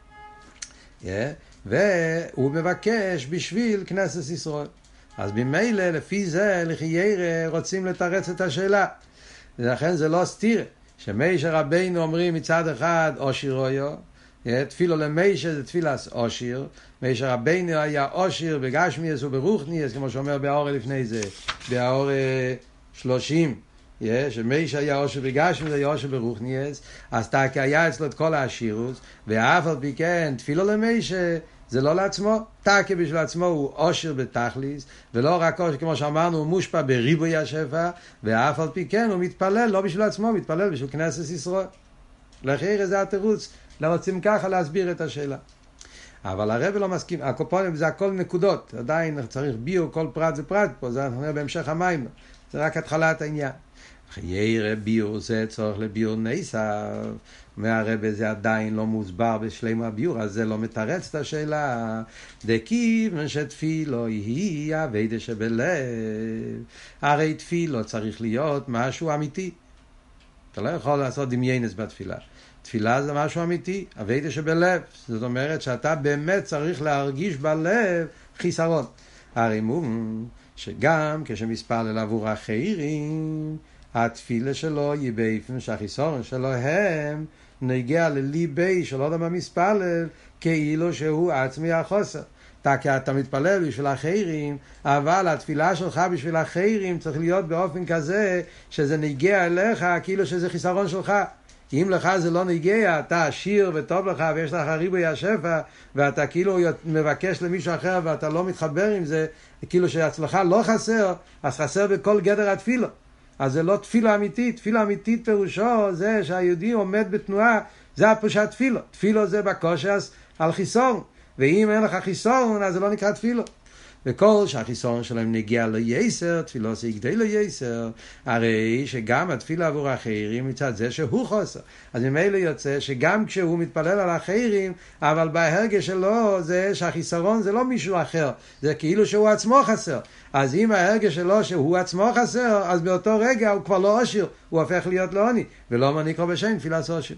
והוא מבקש בשביל כנסת ישראל. אז במילא, לפי זה, לחיירה, רוצים לתרץ את השאלה. ולכן זה לא סתיר. שמשה רבינו אומרים מצד אחד, עושר רויו, תפילו למיישה זה תפילס אושיר, מיישה רבינו היה אושיר בגשמיאס וברוחניאס, כמו שאומר באור לפני זה, באור 30, שמיישה היה אושיר בגשמיאס, היה אושיר ברוחניאס, אז תקי היה אצלו את כל העשירוס, ואף על פי כן, תפילו למיישה, זה לא לעצמו, תקי בשביל עצמו הוא אושר בתכליס, ולא רק אושר, כמו שאמרנו, הוא מושפע בריבוי השפע, ואף על פי כן הוא מתפלל, לא בשביל עצמו, הוא מתפלל בשביל כנסת ישראל. לכן זה התירוץ, לא רוצים ככה להסביר את השאלה. אבל הרב לא מסכים, הקופונים זה הכל נקודות, עדיין צריך ביור, כל פרט זה פרט פה, זה אנחנו נראה בהמשך המים, זה רק התחלת העניין. חיירה ביור זה צורך לביור ניסה, מהרבה זה עדיין לא מוסבר בשלם הביור, אז זה לא מתרץ את השאלה. דכיוון שתפילו היא עבודה שבלב, הרי תפילו צריך להיות משהו אמיתי, אתה לא יכול לעשות דמיינס בתפילה. תפילה זה משהו אמיתי, עבודה שבלב, זאת אומרת שאתה באמת צריך להרגיש בלב חיסרון. הרי מום שגם כשמספלל עבור אחרים, התפילה שלו היא באופן שהחיסרון שלו הם נגיע לליבי של אדם המספלל כאילו שהוא עצמי החוסר. אתה מתפלל בשביל אחרים, אבל התפילה שלך בשביל אחרים צריך להיות באופן כזה שזה נגיע אליך כאילו שזה חיסרון שלך. אם לך זה לא נגיע, אתה עשיר וטוב לך ויש לך ריבוי השפע, ואתה כאילו מבקש למישהו אחר ואתה לא מתחבר עם זה, כאילו שהצלחה לא חסר, אז חסר בכל גדר התפילה. אז זה לא תפילה אמיתית. תפילה אמיתית פירושו זה שהיהודי עומד בתנועה, זה הפשט תפילה. תפילה זה בקושס על חיסורן, ואם אין לך חיסורן אז זה לא נקרא תפילה. וכל שהחיסורן שלהם נגיע ליסר, תפילה זה יגדי ליסר, הרי שגם התפילה עבור האחרים מצד זה שהוא חוסר. אז ממילא יוצא שגם כשהוא מתפלל על האחרים, אבל בהרגש שלו זה שהחיסרון זה לא מישהו אחר, זה כאילו שהוא עצמו חסר. אז אם ההרגש שלו שהוא עצמו חסר, אז באותו רגע הוא כבר לא עשיר, הוא הופך להיות לעוני, ולא מניקרו בשם תפילת עושר.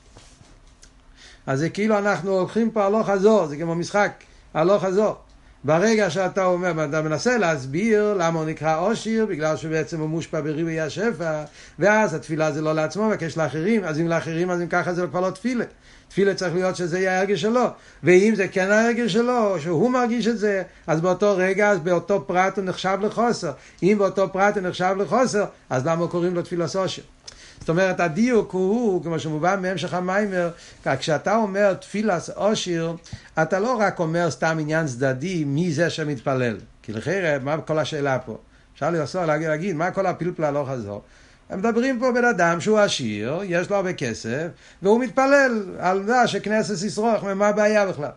אז זה כאילו אנחנו הולכים פה הלוך חזור, זה כמו משחק, הלוך חזור. ברגע שאתה אומר, אתה מנסה להסביר למה הוא נקרא עושר, בגלל שבעצם הוא מושפע בריבוי השפע, ואז התפילה זה לא לעצמו, מבקש לאחרים, אז אם לאחרים, אז אם ככה זה כבר לא תפילה. תפילה צריך להיות שזה יהיה ההרגש שלו, ואם זה כן ההרגש שלו, שהוא מרגיש את זה, אז באותו רגע, אז באותו פרט הוא נחשב לחוסר. אם באותו פרט הוא נחשב לחוסר, אז למה קוראים לו תפילת עושר? זאת אומרת, הדיוק הוא, כמו שמובן מהמשך המיימר, כשאתה אומר תפילת עושר, אתה לא רק אומר סתם עניין צדדי, מי זה שמתפלל. כי לכן, מה כל השאלה פה? אפשר להגיד, מה כל הפלפל הלוך הזו? הם מדברים פה בן אדם שהוא עשיר, יש לו הרבה כסף, והוא מתפלל על זה שכנסת ישרוך, מה הבעיה בכלל?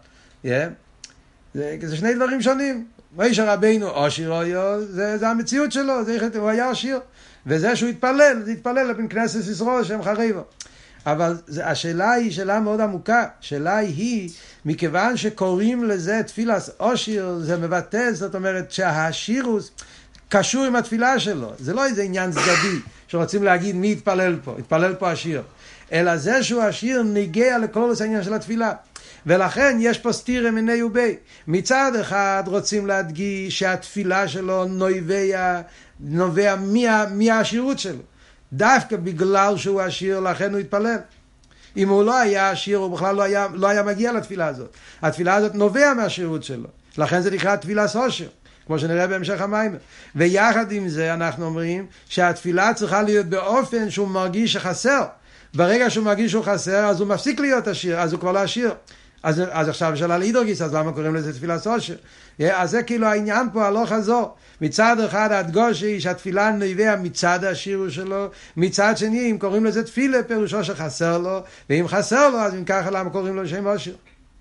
זה שני דברים שונים. משה רבינו עשיר, זה המציאות שלו, הוא היה עשיר. וזה שהוא התפלל, זה התפלל לבן כנסת ישרוך שהם חריבו. אבל השאלה היא שאלה מאוד עמוקה. השאלה היא, מכיוון שקוראים לזה תפילת עושר, זה מבטא, זאת אומרת שהעשירוס קשור עם התפילה שלו. זה לא איזה עניין צדדי שרוצים להגיד מי התפלל פה, התפלל פה עשיר. אלא זה שהוא עשיר נגיע לכל העניין של התפילה. ולכן יש פה סתירה מיני ובי. מצד אחד רוצים להדגיש שהתפילה שלו נובע מהעשירות שלו. דווקא בגלל שהוא עשיר, לכן הוא התפלל. אם הוא לא היה עשיר, הוא בכלל לא היה מגיע לתפילה הזאת. התפילה הזאת נובע מהעשירות שלו. לכן זה נקרא תפילת עושר, כמו שנראה בהמשך המים. ויחד עם זה אנחנו אומרים שהתפילה צריכה להיות באופן שהוא מרגיש שחסר. ברגע שהוא מרגיש שהוא חסר, אז הוא מפסיק להיות עשיר, אז הוא כבר לא עשיר. אז עכשיו שאלה להידורגיס, אז למה קוראים לזה תפילת עושר? אז זה כאילו העניין פה הלוך חזור. מצד אחד הדגוש היא שהתפילה נובע מצד העשיר שלו, מצד שני אם קוראים לזה תפילה פירושו שחסר לו, ואם חסר לו אז אם ככה למה קוראים לו שם עושר?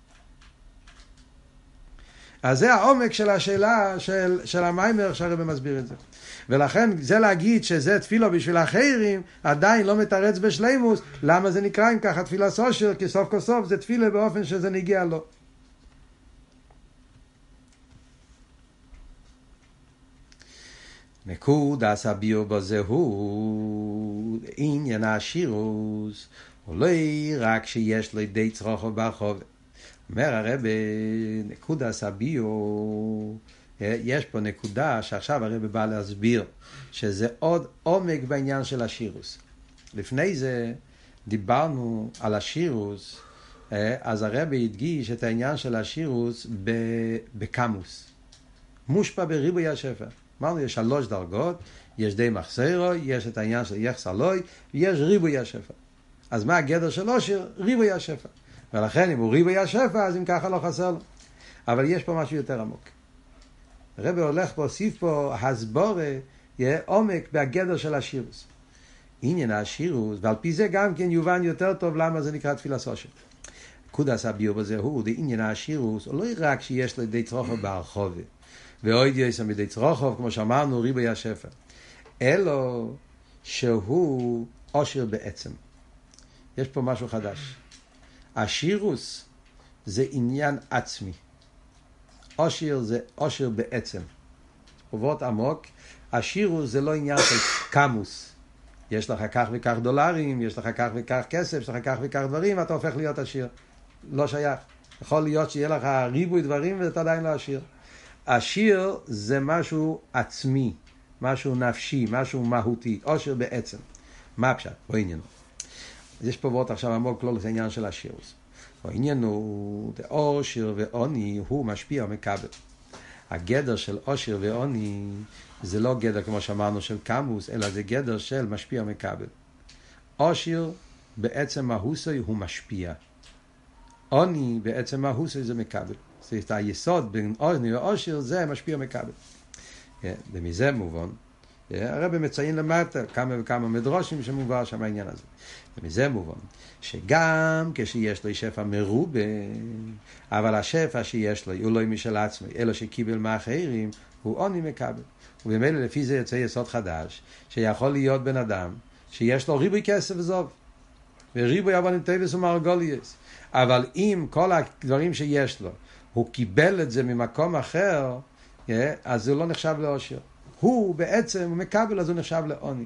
אז זה העומק של השאלה של המיימר שהרבא מסביר את זה. ולכן זה להגיד שזה תפילה בשביל אחרים עדיין לא מתרץ בשלימוס. למה זה נקרא אם ככה תפילת עושר? כי סוף כל סוף זה תפילה באופן שזה נגיע לו. נקודת הביור בזה הוא עניין העשירוס, לא רק שיש לו די צרוכו ברחוב. אומר הרב, נקודת הביור, יש פה נקודה שעכשיו הרב בא להסביר, שזה עוד עומק בעניין של השירוס. לפני זה דיברנו על השירוס אז הרבי הדגיש את העניין של השירוס בקמוס. מושפע בריבוי השפע. אמרנו, יש 3 דרגות, יש די מחסרו, יש את העניין של יחס אלוי, ויש ריבוי השפע. אז מה הגדר של עושר? ריבוי השפע. ולכן אם הוא ריבוי השפע, אז אם ככה לא חסר לו. אבל יש פה משהו יותר עמוק. הרבי הולך פה, הוסיף פה הסבורה, עומק בהגדר של השירוס. עניין השירוס, ועל פי זה גם כן יובן יותר טוב למה זה נקרא תפילת עושר. קודש הביור בזה הוא, עניין השירוס, הוא לא רק שיש לו די צרוכו ברחוב, ועוד יש שם די צרוכו, כמו שאמרנו, ריבוי השפע. אלו שהוא עושר בעצם. יש פה משהו חדש. השירוס זה עניין עצמי. עושר זה עושר בעצם. עוברות עמוק. השירוס זה לא עניין של כמוס. יש לך כך וכך דולרים, יש לך כך וכך כסף, יש לך כך וכך דברים, אתה הופך להיות עשיר. לא שייך. יכול להיות שיהיה לך ריבוי דברים ואתה עדיין לא עשיר. עשיר זה משהו עצמי, משהו נפשי, משהו מהותי. עושר בעצם. מה הפשט? בוא עניינו. אז יש פה באות עכשיו עמוק לא לזה עניין של השירוס. העניין הוא, עושר ועוני הוא משפיע ומקבל. הגדר של עושר ועוני זה לא גדר כמו שאמרנו של כמוס, אלא זה גדר של משפיע ומקבל. עושר בעצם מהוסוי הוא משפיע. עוני בעצם מהוסוי זה מקבל. זאת אומרת, היסוד בין עוני ועושר זה משפיע ומקבל. ומזה מובן. הרב מציין למטה כמה וכמה מדרושים שמובא שם העניין הזה. ומזה מובן שגם כשיש לו שפע מרובה, אבל השפע שיש לו הוא לא משל עצמי, אלא שקיבל מאחרים, הוא עוני מקבל. ובמילא לפי זה יוצא יסוד חדש, שיכול להיות בן אדם שיש לו ריבוי כסף וזוב, וריבוי אבנים טבעס ומרגוליות, אבל אם כל הדברים שיש לו, הוא קיבל את זה ממקום אחר, אז הוא לא נחשב לעושר. הוא בעצם מקבל, אז הוא נחשב לעוני.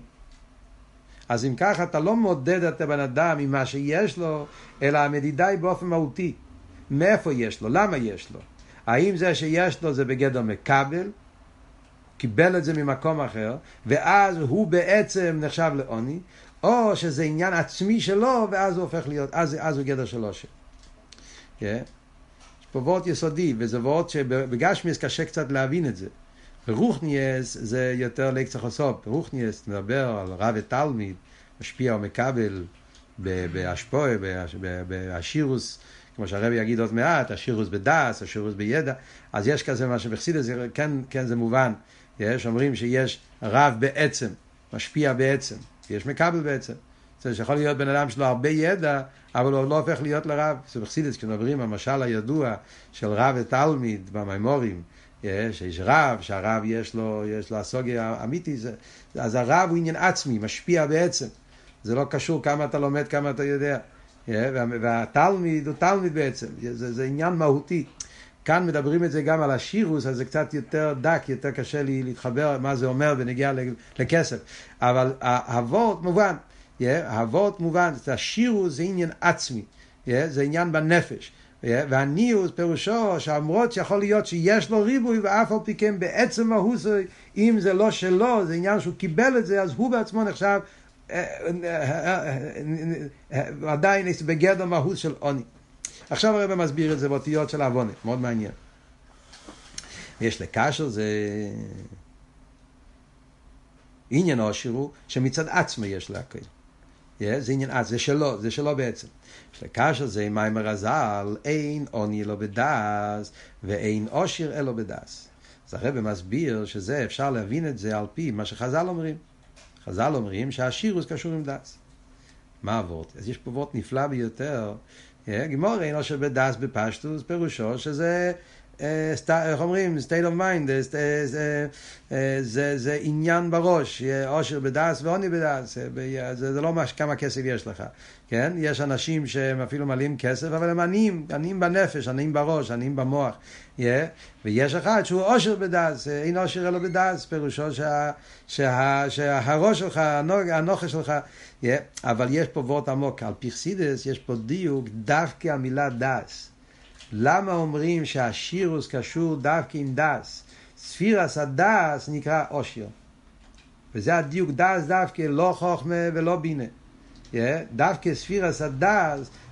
אז אם ככה אתה לא מודד את הבן אדם עם מה שיש לו, אלא המדידה היא באופן מהותי. מאיפה יש לו? למה יש לו? האם זה שיש לו זה בגדר מקבל, קיבל את זה ממקום אחר, ואז הוא בעצם נחשב לעוני, או שזה עניין עצמי שלו, ואז הוא הופך להיות, אז הוא גדר של עושר. יש פה וורט יסודי, וזה וורט שבגשמיס קשה קצת להבין את זה. ברוחניאס זה יותר לקצח הסוף. ברוחניאס נדבר על רב ותלמיד, משפיע ומקבל בהשפועה, בהשירוס, כמו שהרבי יגיד עוד מעט, השירוס בדס, השירוס בידע. אז יש כזה מה שבחסידות, כן זה מובן. יש אומרים שיש רב בעצם, משפיע בעצם, יש מקבל בעצם. זאת אומרת שיכול להיות בן אדם שלו הרבה ידע, אבל הוא לא הופך להיות לרב. זה בחסידות, כשמדברים המשל הידוע של רב ותלמיד במימורים, יש רב, שהרב יש לו הסוגיה אמיתי, אז הרב הוא עניין עצמי, משפיע בעצם. זה לא קשור כמה אתה לומד, כמה אתה יודע. והתלמיד הוא תלמיד בעצם, זה עניין מהותי. כאן מדברים את זה גם על השירוס, אז זה קצת יותר דק, יותר קשה לי להתחבר מה זה אומר בנגיע לכסף. אבל הוורט מובן, הוורט מובן, השירוס זה עניין עצמי, זה עניין בנפש. והניוס פירושו שאמרות שיכול להיות שיש לו ריבוי ואף על פי כן בעצם מהוסוי, אם זה לא שלו, זה עניין שהוא קיבל את זה, אז הוא בעצמו נחשב עדיין בגדר מהוס של עוני. עכשיו הרב מסביר את זה באותיות של עוונה, מאוד מעניין. יש לקשר זה עניין עושר הוא שמצד עצמו יש להכל. זה עניין עצמו, זה שלו בעצם. יש לקשר זה מיימר הזל, אין עוני אלא בדס ואין עושר אלא בדס. אז הרב מסביר שזה אפשר להבין את זה על פי מה שחז"ל אומרים. חז"ל אומרים שהשירוס קשור עם דס. מה הוורט? אז יש פה וורט נפלא ביותר. גמור אין עושר בדס בפשטוס, פירושו שזה, איך אומרים, state of mind, זה עניין בראש, עושר בדס ועוני בדס, זה לא כמה כסף יש לך, כן? יש אנשים שהם אפילו מלאים כסף, אבל הם עניים בנפש, עניים בראש, עניים במוח, ויש אחד שהוא עושר בדס, אין עושר אלא בדס, פירושו שהראש שלך, הנוחש שלך, אבל יש פה וורט עמוק, על פי חסידות יש פה דיוק דווקא המילה דס. למה אומרים שהשירוס קשור דווקא עם דס? ספירס הדס נקרא עושר. וזה הדיוק דס דווקא, לא חוכמה ולא בינה. דווקא ספירס הדס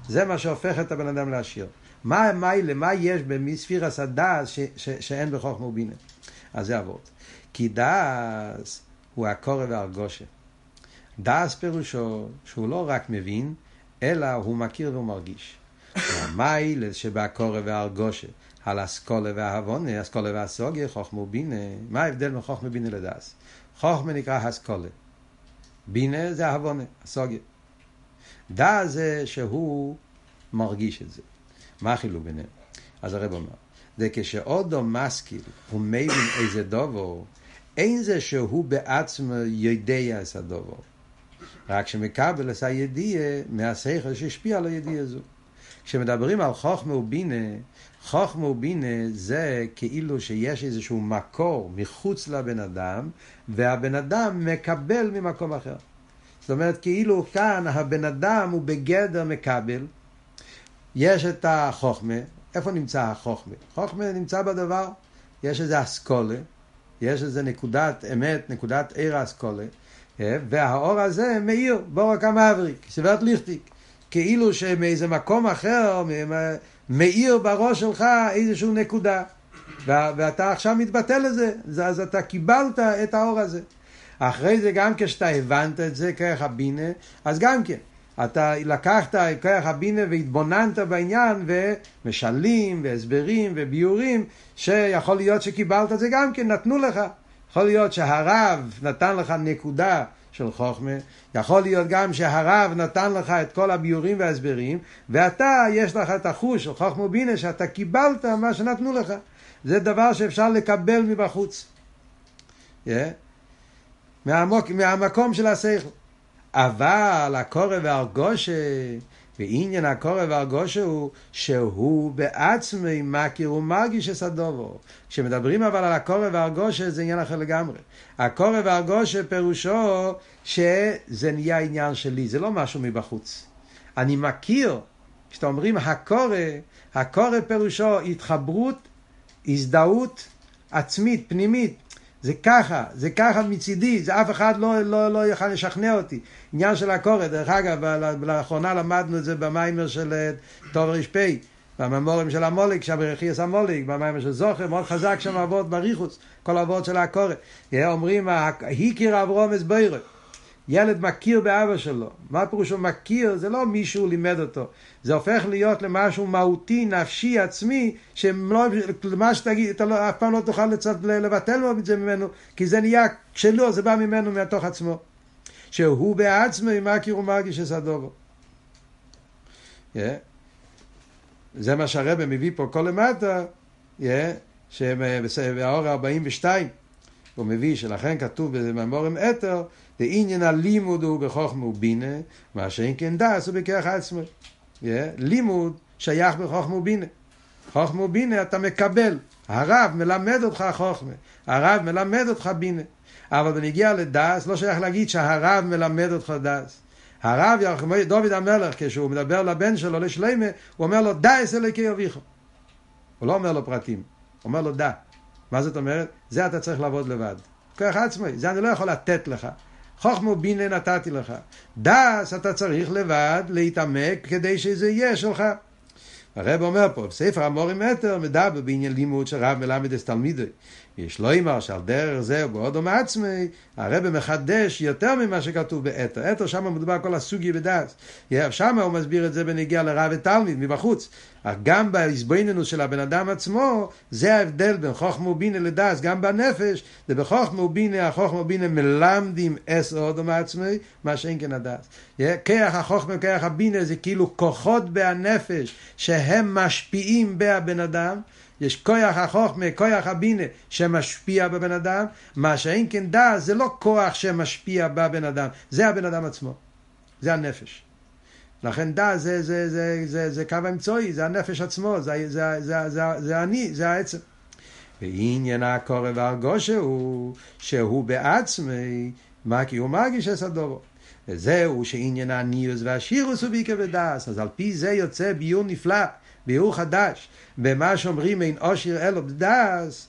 זה מה שהופך את הבן אדם לעשיר. מה יש בספירס הדס שאין בחוכמה ובינה? אז זה עבוד. כי דס הוא הקורא והרגושה. דס פירושו שהוא לא רק מבין, אלא הוא מכיר והוא מרגיש. המייל שבקורא והרגושה, על אסכולה וההבונה, אסכולה והסוגיה, חוכמה ובינה. מה ההבדל בין חוכמה ובינה לדס? חוכמה נקרא אסכולה. בינה זה ההבונה, הסוגיה. דס זה שהוא מרגיש את זה. מה החילוק ביניהם? אז הרב אומר, זה כשאודו משכיל הוא מבין איזה דובר, אין זה שהוא בעצמו יודע את הדובר. רק שמקבל את הידיעה מהשכל שהשפיע על הידיעה הזו. כשמדברים על חוכמה ובינה זה כאילו שיש איזשהו מקור מחוץ לבן אדם, והבן אדם מקבל ממקום אחר. זאת אומרת, כאילו כאן הבן אדם הוא בגדר מקבל, יש את החוכמה. איפה נמצא החוכמה? חוכמה נמצא בדבר, יש איזה אסכולה, יש איזה נקודת אמת, נקודת עיר האסכולה, והאור הזה מאיר, בורק המבריק, סברת ליכטיק, כאילו שמאיזה מקום אחר מאיר בראש שלך איזשהו נקודה, ואתה עכשיו מתבטל לזה, אז אתה קיבלת את האור הזה. אחרי זה גם כשאתה הבנת את זה כרך הבינה, אז גם כן אתה לקחת כרך הבינה והתבוננת בעניין ומשלים והסברים וביורים שיכול להיות שקיבלת את זה גם כן, נתנו לך. יכול להיות שהרב נתן לך נקודה של חוכמה, יכול להיות גם שהרב נתן לך את כל הביורים וההסברים, ואתה יש לך את החוש של חוכמה ובינה שאתה קיבלת מה שנתנו לך. זה דבר שאפשר לקבל מבחוץ, מהמקום של השכל. אבל הקורא והרגושה, ועניין הקורא והרגושה הוא שהוא בעצמו מכיר ומרגיש את הדבר. כשמדברים אבל על הקורא והרגושה זה עניין אחר לגמרי. הקורא והרגושה פירושו שזה נהיה עניין שלי, זה לא משהו מבחוץ. אני מכיר, כשאתה אומרים הקורא פירושו התחברות, הזדהות עצמית, פנימית. זה ככה מצידי, זה אף אחד לא יוכל לשכנע אותי. עניין של הקורא, דרך אגב, לאחרונה למדנו את זה במיימר של טוב רשפי, בממורים של המוליק, שברכיס המוליק, במיימר של זוכר, מאוד חזק שם עבוד בריחוס, כל עבוד של הקורא. אומרים, הכיר אברהם הסביר, ילד מכיר באבא שלו. מה פירושו מכיר? זה לא מישהו לימד אותו. זה הופך להיות למשהו מהותי, נפשי, עצמי, שמה שתגיד, אתה אף פעם לא תוכל לבטל את זה ממנו, כי זה נהיה שלו, זה בא ממנו מתוך עצמו. שהוא בעצמו מכיר ומרגיש את הדבר. זה מה שהרבא מביא פה כל למטה, שבאור 42, הוא מביא שלכן כתוב במאמרים אתר, לעניין הלימוד הוא בחוכמה ובינה, מה שאין כן דס הוא בכרך עצמו. לימוד שייך בחוכמה ובינה. חוכמה ובינה אתה מקבל. הרב מלמד אותך חוכמה, הרב מלמד אותך בינה. אבל בנגיע לדס לא שייך להגיד שהרב מלמד אותך דס. הרב, דוד המלך, כשהוא מדבר לבן שלו לשלמה, הוא אומר לו דס אלוקי אביך. הוא לא אומר לו פרטים, הוא אומר לו דה. מה זאת אומרת? זה אתה צריך לעבוד לבד. כרך עצמי, זה אני לא יכול לתת לך. חוכמה ובינה נתתי לך. דס אתה צריך לבד להתעמק כדי שזה יהיה שלך. הרב אומר פה, בספר המורים אתר מדבר בעניין לימוד שרב מלמד את תלמידו. יש לו אמר שעל דרך זה ובעודו מעצמי, הרב מחדש יותר ממה שכתוב באתר. אתר שם מדובר כל הסוגיה בדס. שם הוא מסביר את זה בנגיע לרב ותלמיד מבחוץ. אך גם בהסביננות של הבן אדם עצמו, זה ההבדל בין חוכמה ובינה לדס, גם בנפש, זה בחוכמה ובינה, החוכמה ובינה מלמדים אס עודו מעצמי, מה שאין כן הדס. כוח החוכמה וכוח הבינה זה כאילו כוחות בהנפש, שהם משפיעים בהבן אדם, יש כוח החוכמה, כוח הבינה שמשפיע בבן אדם, מה שאין כן דס, זה לא כוח שמשפיע בבן אדם, זה הבן אדם עצמו, זה הנפש. לכן דס זה קו האמצעי, זה הנפש עצמו, זה אני, זה העצם. ועניין הקורא והרגושה הוא שהוא בעצמי כי הוא מרגיש את הדבר. וזהו שעניין הניוס והשירוס הוא בעיקר בדס. אז על פי זה יוצא ביור נפלא, ביור חדש, במה שאומרים אין אושר אלו בדס.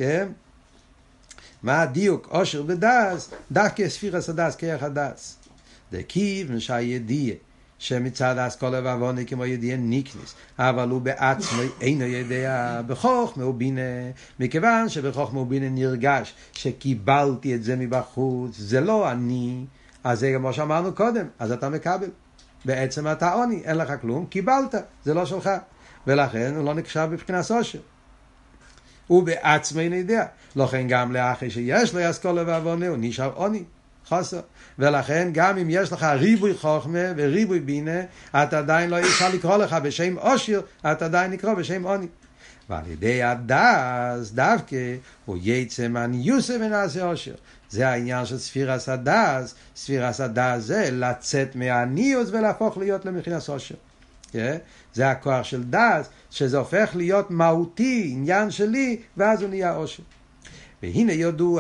מה הדיוק? אושר בדס, דווקא ספירס הדס, כרך הדס. דכיוון שהידיעה שמצד האסכולה והבונה כמו ידיע ניקניס, אבל הוא בעצמו אינו יודע בחוכמה ובינה, מכיוון שבחוכמה ובינה נרגש שקיבלתי את זה מבחוץ, זה לא אני, אז זה כמו שאמרנו קודם, אז אתה מקבל. בעצם אתה עוני, אין לך כלום, קיבלת, זה לא שלך, ולכן הוא לא נחשב בבחינת עושר. הוא בעצמו אינו יודע, לכן גם לאחרי שיש לו אסכולה והבונה הוא נשאר עוני. חוסר. ולכן גם אם יש לך ריבוי חוכמה וריבוי בינה, אתה עדיין לא אפשר לקרוא לך בשם עושר, אתה עדיין נקרא בשם עוני. ועל ידי הדס דווקא הוא יצא מהניוסה ונעשה עושר. זה העניין של ספירס הדס. ספירס הדס זה לצאת מהניוס ולהפוך להיות למכינס עושר. זה הכוח של דס, שזה הופך להיות מהותי, עניין שלי, ואז הוא נהיה עושר. והנה ידוע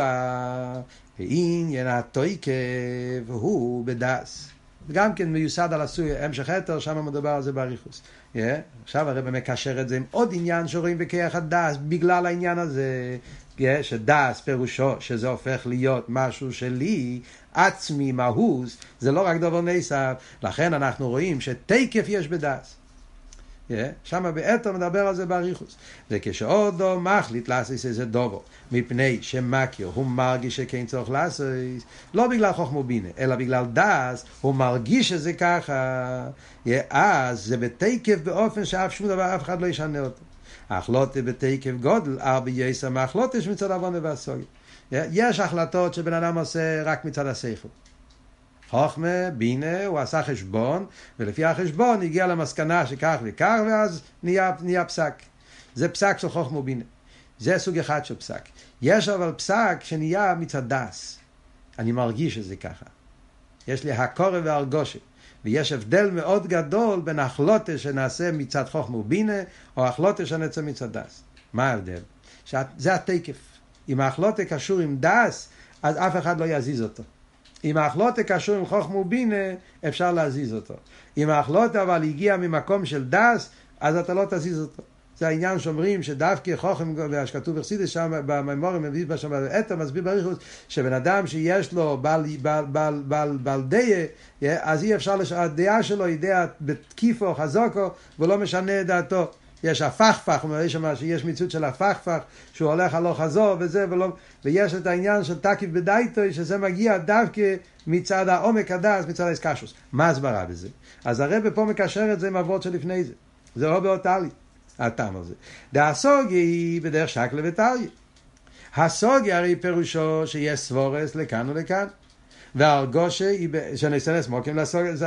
ועניין התויקב הוא בדס. גם כן מיוסד על הסוגיה, המשך יתר, שם מדובר על זה באריכוס. עכשיו הרב מקשר את זה עם עוד עניין שרואים בכיח הדס, בגלל העניין הזה, שדס פירושו, שזה הופך להיות משהו שלי, עצמי, מהוס, זה לא רק דבר נסף, לכן אנחנו רואים שתיקף יש בדס. שם ביתר מדבר על זה באריכוס. וכשעודו מחליט לעשות איזה דובו, מפני שמכיר הוא מרגיש שכן צורך לעשות, לא בגלל חוכמה ובינה, אלא בגלל דס, הוא מרגיש שזה ככה, אז זה בתיקף באופן שאף שום דבר, אף אחד לא ישנה אותו. החלטה בתיקף גודל, ארבע יסע מהחלטה יש מצד הבונה והסוגיה. יש החלטות שבן אדם עושה רק מצד השכל. חוכמה, בינה, הוא עשה חשבון, ולפי החשבון הגיע למסקנה שכך וכך, ואז נהיה פסק. זה פסק של חוכמה ובינה. זה סוג אחד של פסק. יש אבל פסק שנהיה מצד דס. אני מרגיש שזה ככה. יש לי הקורא והרגושה. ויש הבדל מאוד גדול בין החלטה שנעשה מצד חוכמה ובינה, או החלטה שנעשה מצד דס. מה ההבדל? זה התקף. אם החלטה קשור עם דס, אז אף אחד לא יזיז אותו. אם ההחלטה קשור עם חוכמה ובינה, אפשר להזיז אותו. אם ההחלטה אבל הגיעה ממקום של דס, אז אתה לא תזיז אותו. זה העניין שאומרים שדווקא חוכם, שכתוב בחסידות שם, בממורים, מביא שם באתר, מסביר בריחוס, שבן אדם שיש לו בעל דעה, אז אי אפשר, הדעה שלו היא דעה בתקיפו, חזוקו, ולא משנה את דעתו. יש הפכפך, הוא אומר שם שיש מציאות של הפכפך, שהוא הולך הלוך חזור וזה, ויש את העניין של תקיף בדייתו, שזה מגיע דווקא מצד העומק הדס, מצד האסקשוס. מה הסברה בזה? אז הרב פה מקשר את זה עם אבות שלפני זה. זה לא באותלי, הטעם הזה. הסוגיה היא בדרך שקלה וטליה. הסוגיה הרי פירושו שיש סבורס לכאן ולכאן. והרגושה היא שנשנס מוקים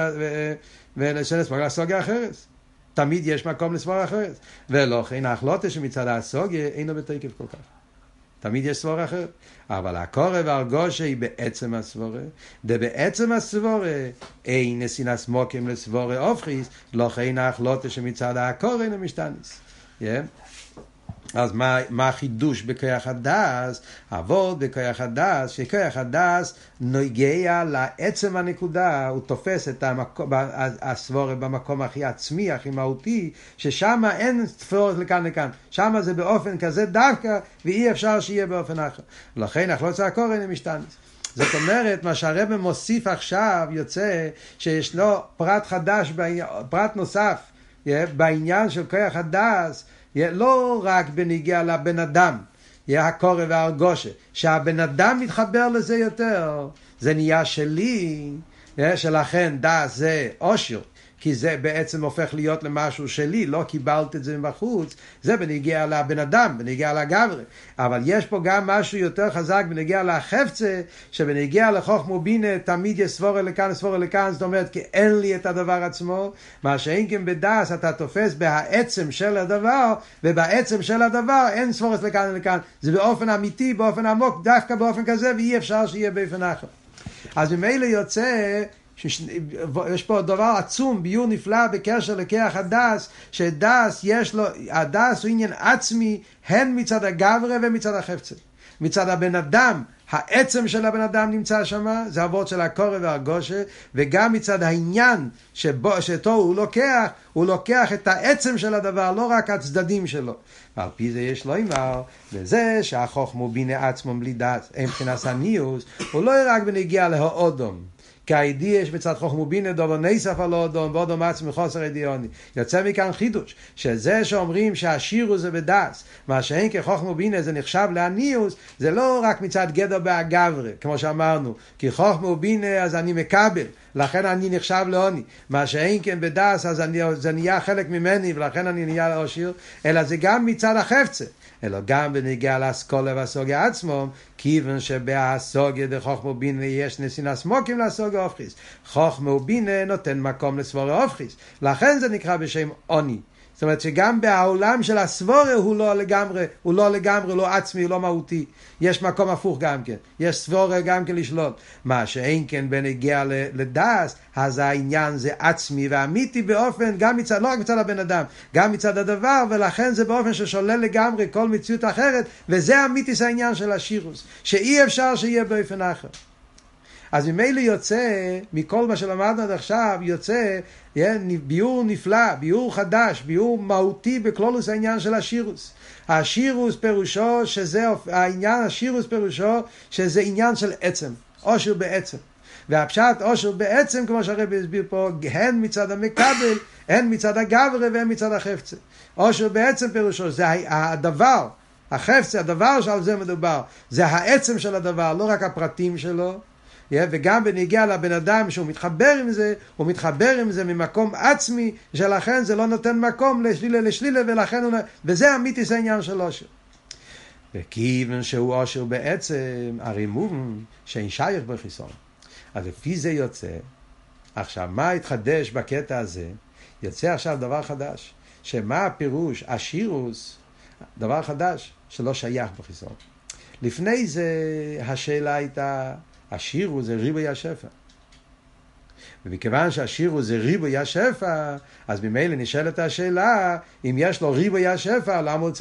ונשנס מוקים לסוגיה אחרת. תמיד יש מקום לסבור אחרת. ולא כן ההחלטה שמצד הסוגיה אינו בתקף כל כך. תמיד יש סבורה אחרת. אבל הקורא והרגושה היא בעצם הסבורה. בעצם הסבורה אין נסינס מוקים לסבורה אופחיס, לא כן ההחלטה שמצד הקורא אינו משתנס. אז מה החידוש בכוח הדס? עבוד בכוח הדס, שכוח הדס נוגע לעצם הנקודה, הוא תופס את הסבורה במקום הכי עצמי, הכי מהותי, ששם אין ספורת לכאן לכאן, שם זה באופן כזה דווקא, ואי אפשר שיהיה באופן אחר. ולכן החלטה הקורא אינו משתנס. זאת אומרת, מה שהרב מוסיף עכשיו יוצא שיש לו פרט חדש, פרט נוסף בעניין של כוח הדס, לא רק בניגיע לבן אדם, הקורא והרגושה, שהבן אדם מתחבר לזה יותר, זה נהיה שלי, שלכן דס זה עושר, כי זה בעצם הופך להיות למשהו שלי, לא קיבלת את זה מבחוץ, זה בניגיע לבן אדם, בניגיע לגברי, אבל יש פה גם משהו יותר חזק בניגיע לחפצה, שבניגיע לחוכמה ובינה תמיד יש סבורה לכאן, סבורה לכאן, זאת אומרת כי אין לי את הדבר עצמו, מה שאין כן בדס אתה תופס בעצם של הדבר, ובעצם של הדבר אין סבורה לכאן ולכאן, זה באופן אמיתי, באופן עמוק, דווקא באופן כזה, ואי אפשר שיהיה באופן אחר. אז ממילא יוצא יש פה דבר עצום, ביור נפלא בקשר לכוח הדס, שדס יש לו, הדס הוא עניין עצמי, הן מצד הגברה ומצד החפצה. מצד הבן אדם, העצם של הבן אדם נמצא שם, זה עבוד של הקורא והרגושה, וגם מצד העניין שאתו הוא לוקח את העצם של הדבר, לא רק הצדדים שלו. ועל פי זה יש לו אמר, וזה שהחוכמה ובינה עצמו בלי דס, אין מבחינת הניוס, הוא לא רק בנגיע להאודום, כי הידיע יש בצד חוכמה ובינה דובר נסף על אודום ואודום עצמי חוסר ידיעוני. יוצא מכאן חידוש, שזה שאומרים שהשירוס זה בדס, מה שאין כחוכמה ובינה זה נחשב לעניוס, זה לא רק מצד גדר באגברה, כמו שאמרנו, כי חוכמה ובינה אז אני מקבל, לכן אני נחשב לעוני. מה שאין כן בדס אז זה נהיה חלק ממני ולכן אני נהיה לעשיר, אלא זה גם מצד החפצה. אלא גם בנגיע לאסכולה והסוגיה עצמם, כיוון שבהסוגיה דחוכמה ובינה יש נסינס מוקים להסוגיה אופכיס. חוכמה ובינה נותן מקום לסבורה אופכיס. לכן זה נקרא בשם עוני. זאת אומרת שגם בעולם של הסבורה הוא לא לגמרי, הוא לא עצמי, הוא לא מהותי. יש מקום הפוך גם כן. יש סבורה גם כן לשלוט. מה שאין כן בנגיע לדס, אז העניין זה עצמי ואמיתי באופן, גם מצד, לא רק מצד הבן אדם, גם מצד הדבר, ולכן זה באופן ששולל לגמרי כל מציאות אחרת, וזה אמיתיס העניין של השירוס, שאי אפשר שיהיה באופן אחר. אז ממילא יוצא, מכל מה שלמדנו עד עכשיו, יוצא ביור נפלא, ביור חדש, ביור מהותי בכלולוס העניין של השירוס. השירוס פירושו שזה העניין, השירוס פירושו שזה עניין של עצם, עושר בעצם. והפשט עושר בעצם, כמו שהרב הסביר פה, הן מצד המקבל, הן מצד הגברה והן מצד החפצה. עושר בעצם פירושו, זה הדבר, החפצה, הדבר שעל זה מדובר, זה העצם של הדבר, לא רק הפרטים שלו. וגם בנגיע לבן אדם שהוא מתחבר עם זה, הוא מתחבר עם זה ממקום עצמי, שלכן זה לא נותן מקום לשלילה, ולכן וזה אמיתיס העניין של עושר. וכיוון שהוא עושר בעצם, הרי מובן שאין שייך בחיסון. אז לפי זה יוצא, עכשיו מה התחדש בקטע הזה? יוצא עכשיו דבר חדש, שמה הפירוש? השירוס, דבר חדש שלא שייך בחיסון. לפני זה השאלה הייתה, השירוס זה ריבוי השפע. ומכיוון שהשירוס זה ריבוי השפע, אז ממילא נשאלת השאלה, אם יש לו ריבוי השפע, למה הוא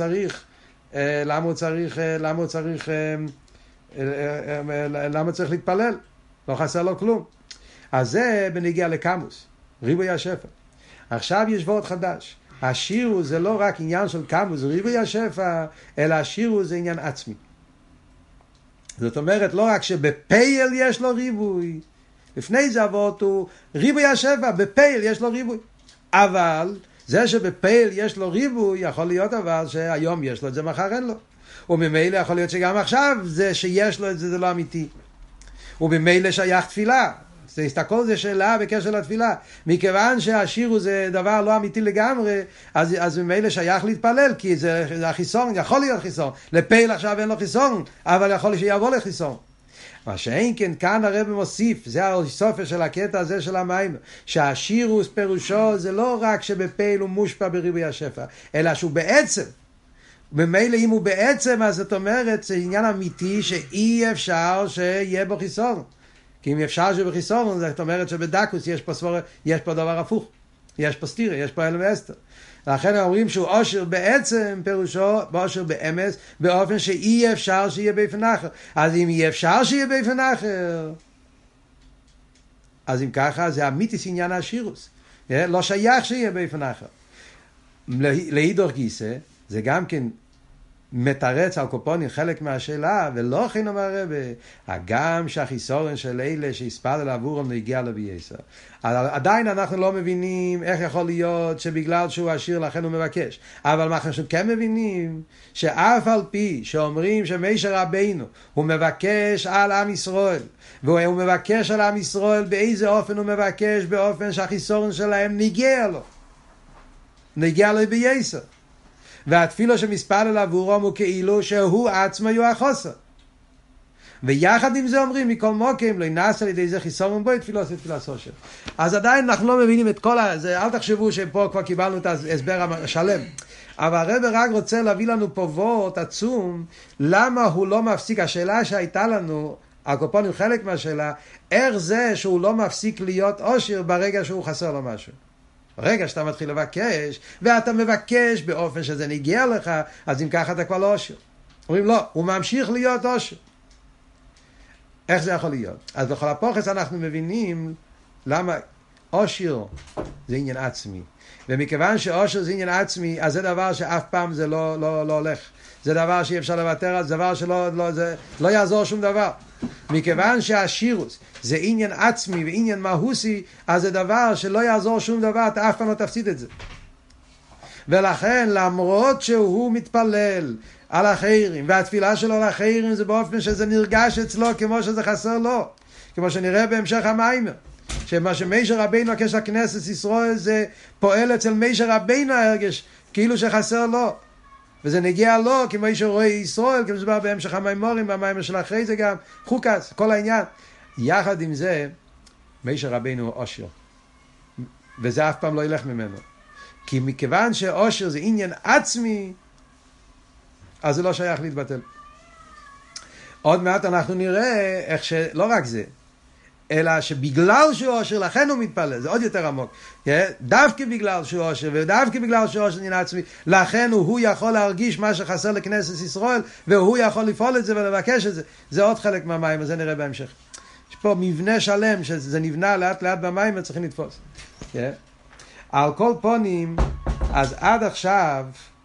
צריך להתפלל? לא חסר לו כלום. אז זה בנגיע לקמוס, ריבוי השפע. עכשיו יש וורט חדש. השירוס זה לא רק עניין של כמוס, ריבוי השפע, אלא השירוס זה עניין עצמי. זאת אומרת, לא רק שבפייל יש לו ריבוי, לפני זה עבוד הוא ריבוי השפע, בפייל יש לו ריבוי. אבל זה שבפייל יש לו ריבוי, יכול להיות אבל שהיום יש לו את זה, מחר אין לו. וממילא יכול להיות שגם עכשיו זה שיש לו את זה, זה לא אמיתי. וממילא שייך תפילה. הכל זה שאלה בקשר לתפילה. מכיוון שהשירו זה דבר לא אמיתי לגמרי, אז ממילא שייך להתפלל, כי זה החיסון, יכול להיות חיסון. לפייל עכשיו אין לו חיסון, אבל יכול להיות שיבוא לחיסון. מה שאין כן, כאן הרב מוסיף, זה הסופר של הקטע הזה של המים, שהשירוס פירושו זה לא רק שבפייל הוא מושפע בריבוי השפע, אלא שהוא בעצם, במילא אם הוא בעצם, אז זאת אומרת, זה עניין אמיתי שאי אפשר שיהיה בו חיסון. כי אם אפשר שבחיסון, זאת אומרת שבדקוס יש פה דבר הפוך. יש פה סתירה, יש פה אלם ואסתר. לכן אומרים שהוא עושר בעצם, פירושו, עושר באמס, באופן שאי אפשר שיהיה באופן אחר. אז אם אי אפשר שיהיה באופן אחר, אז אם ככה, זה אמיתיס עניין השירוס. לא שייך שיהיה באופן אחר. להידור גיסא, זה גם כן מתרץ על קופונים חלק מהשאלה, ולא כן אומר רבי, הגם שהחיסורן של אלה שהספד עבורם נגיע לבייסר. עדיין אנחנו לא מבינים איך יכול להיות שבגלל שהוא עשיר לכן הוא מבקש. אבל מה אנחנו כן מבינים, שאף על פי שאומרים שמשה רבינו הוא מבקש על עם ישראל, והוא מבקש על עם ישראל באיזה אופן הוא מבקש, באופן שהחיסורן שלהם נגיע לבייסר. והתפילה שמספלל עבורם הוא כאילו שהוא עצמו יהיה החוסר. ויחד עם זה אומרים מכל מוקים לא ינס על ידי זה חיסורן בו תפילה עושה תפילה סושר. אז עדיין אנחנו לא מבינים את כל זה, אל תחשבו שפה כבר קיבלנו את ההסבר השלם. אבל הרב רק רוצה להביא לנו פה וורט עצום, למה הוא לא מפסיק, השאלה שהייתה לנו, הקופונים חלק מהשאלה, איך זה שהוא לא מפסיק להיות עושר ברגע שהוא חסר לו משהו. ברגע שאתה מתחיל לבקש, ואתה מבקש באופן שזה נגיע לך, אז אם ככה אתה כבר לא עושר. אומרים לא, הוא ממשיך להיות עושר. איך זה יכול להיות? אז בכל הפוחס אנחנו מבינים למה עושר זה עניין עצמי. ומכיוון שעושר זה עניין עצמי, אז זה דבר שאף פעם זה לא הולך. זה דבר שאי אפשר לוותר על, זה דבר שלא זה לא יעזור שום דבר. מכיוון שהשירוס זה עניין עצמי ועניין מהוסי, אז זה דבר שלא יעזור שום דבר, אתה אף פעם לא תפסיד את זה. ולכן למרות שהוא מתפלל על החיירים, והתפילה שלו על החיירים זה באופן שזה נרגש אצלו כמו שזה חסר לו, כמו שנראה בהמשך המיימר, שמה שמשה רבינו הקש לכנסת ישראל זה פועל אצל משה רבינו הרגש כאילו שחסר לו, וזה נגיע לו כמו שרואה ישראל, כמו שבא בהמשך המיימורים, במיימר של אחרי זה גם חוקס, כל העניין. יחד עם זה משה רבינו הוא עושר, וזה אף פעם לא ילך ממנו, כי מכיוון שעושר זה עניין עצמי, אז זה לא שייך להתבטל. עוד מעט אנחנו נראה איך שלא רק זה, אלא שבגלל שהוא עושר, לכן הוא מתפלל, זה עוד יותר עמוק. דווקא בגלל שהוא עושר, ודווקא בגלל שהוא עושר עניין עצמי, לכן הוא יכול להרגיש מה שחסר לכנסת ישראל, והוא יכול לפעול את זה ולבקש את זה. זה עוד חלק מהמים, וזה נראה בהמשך. יש פה מבנה שלם, שזה נבנה לאט לאט במים, וצריכים לתפוס. על כל פונים, אז עד עכשיו,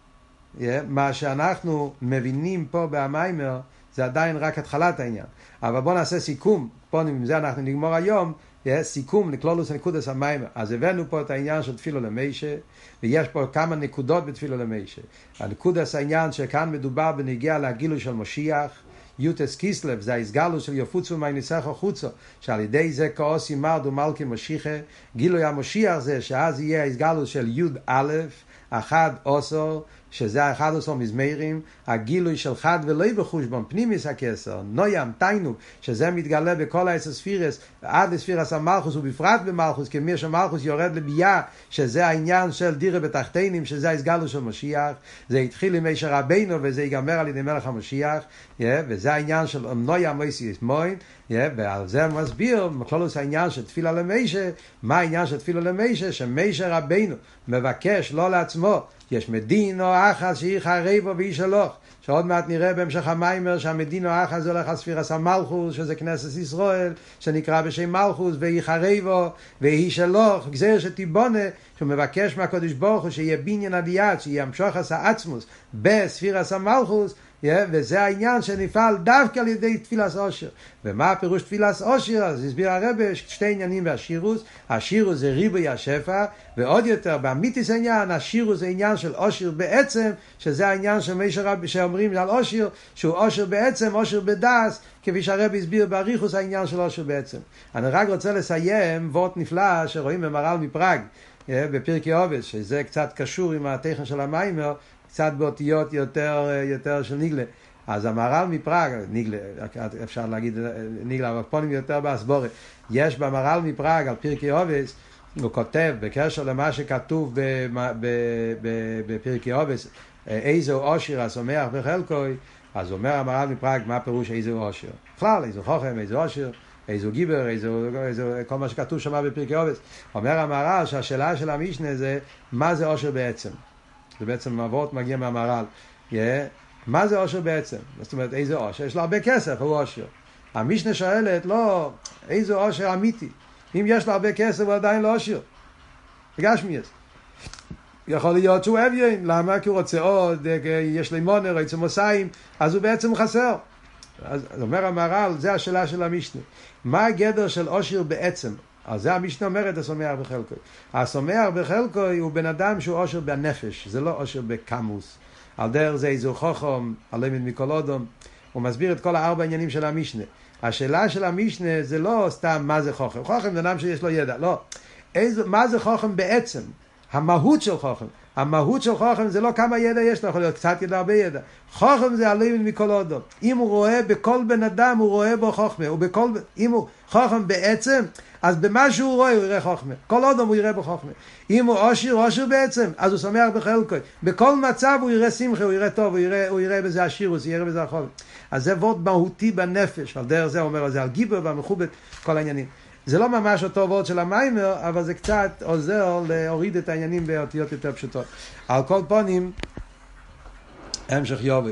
מה שאנחנו מבינים פה במיימר, זה עדיין רק התחלת העניין. אבל בואו נעשה סיכום, פונים, עם זה אנחנו נגמור היום, סיכום לכלולוס נקודס המיימר. אז הבאנו פה את העניין של תפילו למשה, ויש פה כמה נקודות בתפילו למשה. הנקודס העניין שכאן מדובר בנגיע לגילוי של משיח, יוטס קיסלב, זה ההסגלוס של יפוצו מהניסח החוצו, שעל ידי זה כאוסי מרד ומלכי משיחה, גילוי המשיח זה שאז יהיה ההסגלוס של יוד א', אחד עשר, שזה האחד עשר מזמרים, הגילוי של חד ולא בחושבון, פנימיס הכסר, נוים, תיינו, שזה מתגלה בכל העשר ספירס, עד לספירס המלכוס ובפרט במלכוס, כמי שמלכוס יורד לבייה, שזה העניין של דירה בתחתינים, שזה ההסגלוס של משיח, זה התחיל עם משה רבינו וזה ייגמר על ידי מלך המשיח, וזה העניין של נוים מויסיס מוין, ועל זה מסביר מכלולוס העניין של תפילה למשה. מה העניין של תפילה למשה? שמשה רבינו מבקש לא לעצמו, יש מדינו אחת שיחרב בו וישלח, שעוד מעט נראה בהמשך המיימר שהמדינו אחת זה הולך על ספירס המלכוס, שזה כנסת ישראל, שנקרא בשם מלכוס, ויחרב בו וישלח, גזיר שתיבונה, שהוא מבקש מהקדוש ברוך הוא שיהיה בניין עליית, שיהיה המשוך עשה עצמוס בספירס המלכוס, וזה העניין שנפעל דווקא על ידי תפילת עושר. ומה הפירוש תפילת עושר? אז הסביר הרב שתי עניינים בהשירוס. השירוס זה ריבוי השפע, ועוד יותר באמיתיס העניין, השירוס זה עניין של עושר בעצם, שזה העניין שאומרים על עושר, שהוא עושר בעצם, עושר בדס, כפי שהרב הסביר באריכוס העניין של עושר בעצם. אני רק רוצה לסיים וורט נפלא שרואים במהר"ל מפראג, בפרקי אובס, שזה קצת קשור עם הטכן של המיימר, קצת באותיות יותר של ניגלה. אז המהר"ל מפראג, ניגלה, אפשר להגיד ניגלה, אבל פונים יותר בהסבורה. יש במהר"ל מפראג על פרקי אובס, הוא כותב בקשר למה שכתוב בפרקי אובס, איזו עושר השמח בחלקוי, אז אומר המהר"ל מפראג מה פירוש איזו עושר. בכלל, איזו חוכם, איזו עושר, איזו גיבר, איזו כל מה שכתוב שם בפרקי אובס. אומר המהר"ל שהשאלה של המשנה זה מה זה עושר בעצם. זה בעצם מבואות מגיע מהמהר"ל. מה זה עושר בעצם? זאת אומרת, איזה עושר? יש לו הרבה כסף, הוא עושר. המשנה שואלת, לא, איזה עושר אמיתי? אם יש לו הרבה כסף, הוא עדיין לא עושר. גשמיאס. יכול להיות שהוא אביין, למה? כי הוא רוצה עוד, יש לי מונר, יצא מוסיים, אז הוא בעצם חסר. אז אומר המהר"ל, זה השאלה של המשנה. מה הגדר של עושר בעצם? אז זה המשנה אומרת, השמח בחלקוי. השמח בחלקוי הוא בן אדם שהוא עושר בנפש, זה לא עושר בקמוס. על דרך זה איזו חוכם, הלמד מכל אודום. הוא מסביר את כל 4 עניינים של המשנה. השאלה של המשנה זה לא סתם מה זה חוכם. חוכם זה אדם שיש לו ידע, לא. מה זה חוכם בעצם? המהות של חוכם. המהות של חוכם זה לא כמה ידע יש לו, יכול להיות קצת ידע, הרבה ידע. חוכם זה הלמד מכל אודום. אם הוא רואה בכל בן אדם, הוא רואה בו חוכמה. אם הוא חוכם בעצם, אז במה שהוא רואה הוא יראה חוכמה. כל אדם הוא יראה בחוכמה. אם הוא עושר בעצם, אז הוא שמח בחלקוי. בכל מצב הוא יראה שמחה, הוא יראה טוב, הוא יראה בזה השירוס, הוא יראה בזה החוכמה. אז זה וורט מהותי בנפש. על דרך זה אומר, זה על גיבר והמחובת, כל העניינים. זה לא ממש אותו וורט של המיימר, אבל זה קצת עוזר להוריד את העניינים באותיות יותר פשוטות. על כל פונים, המשך יובל.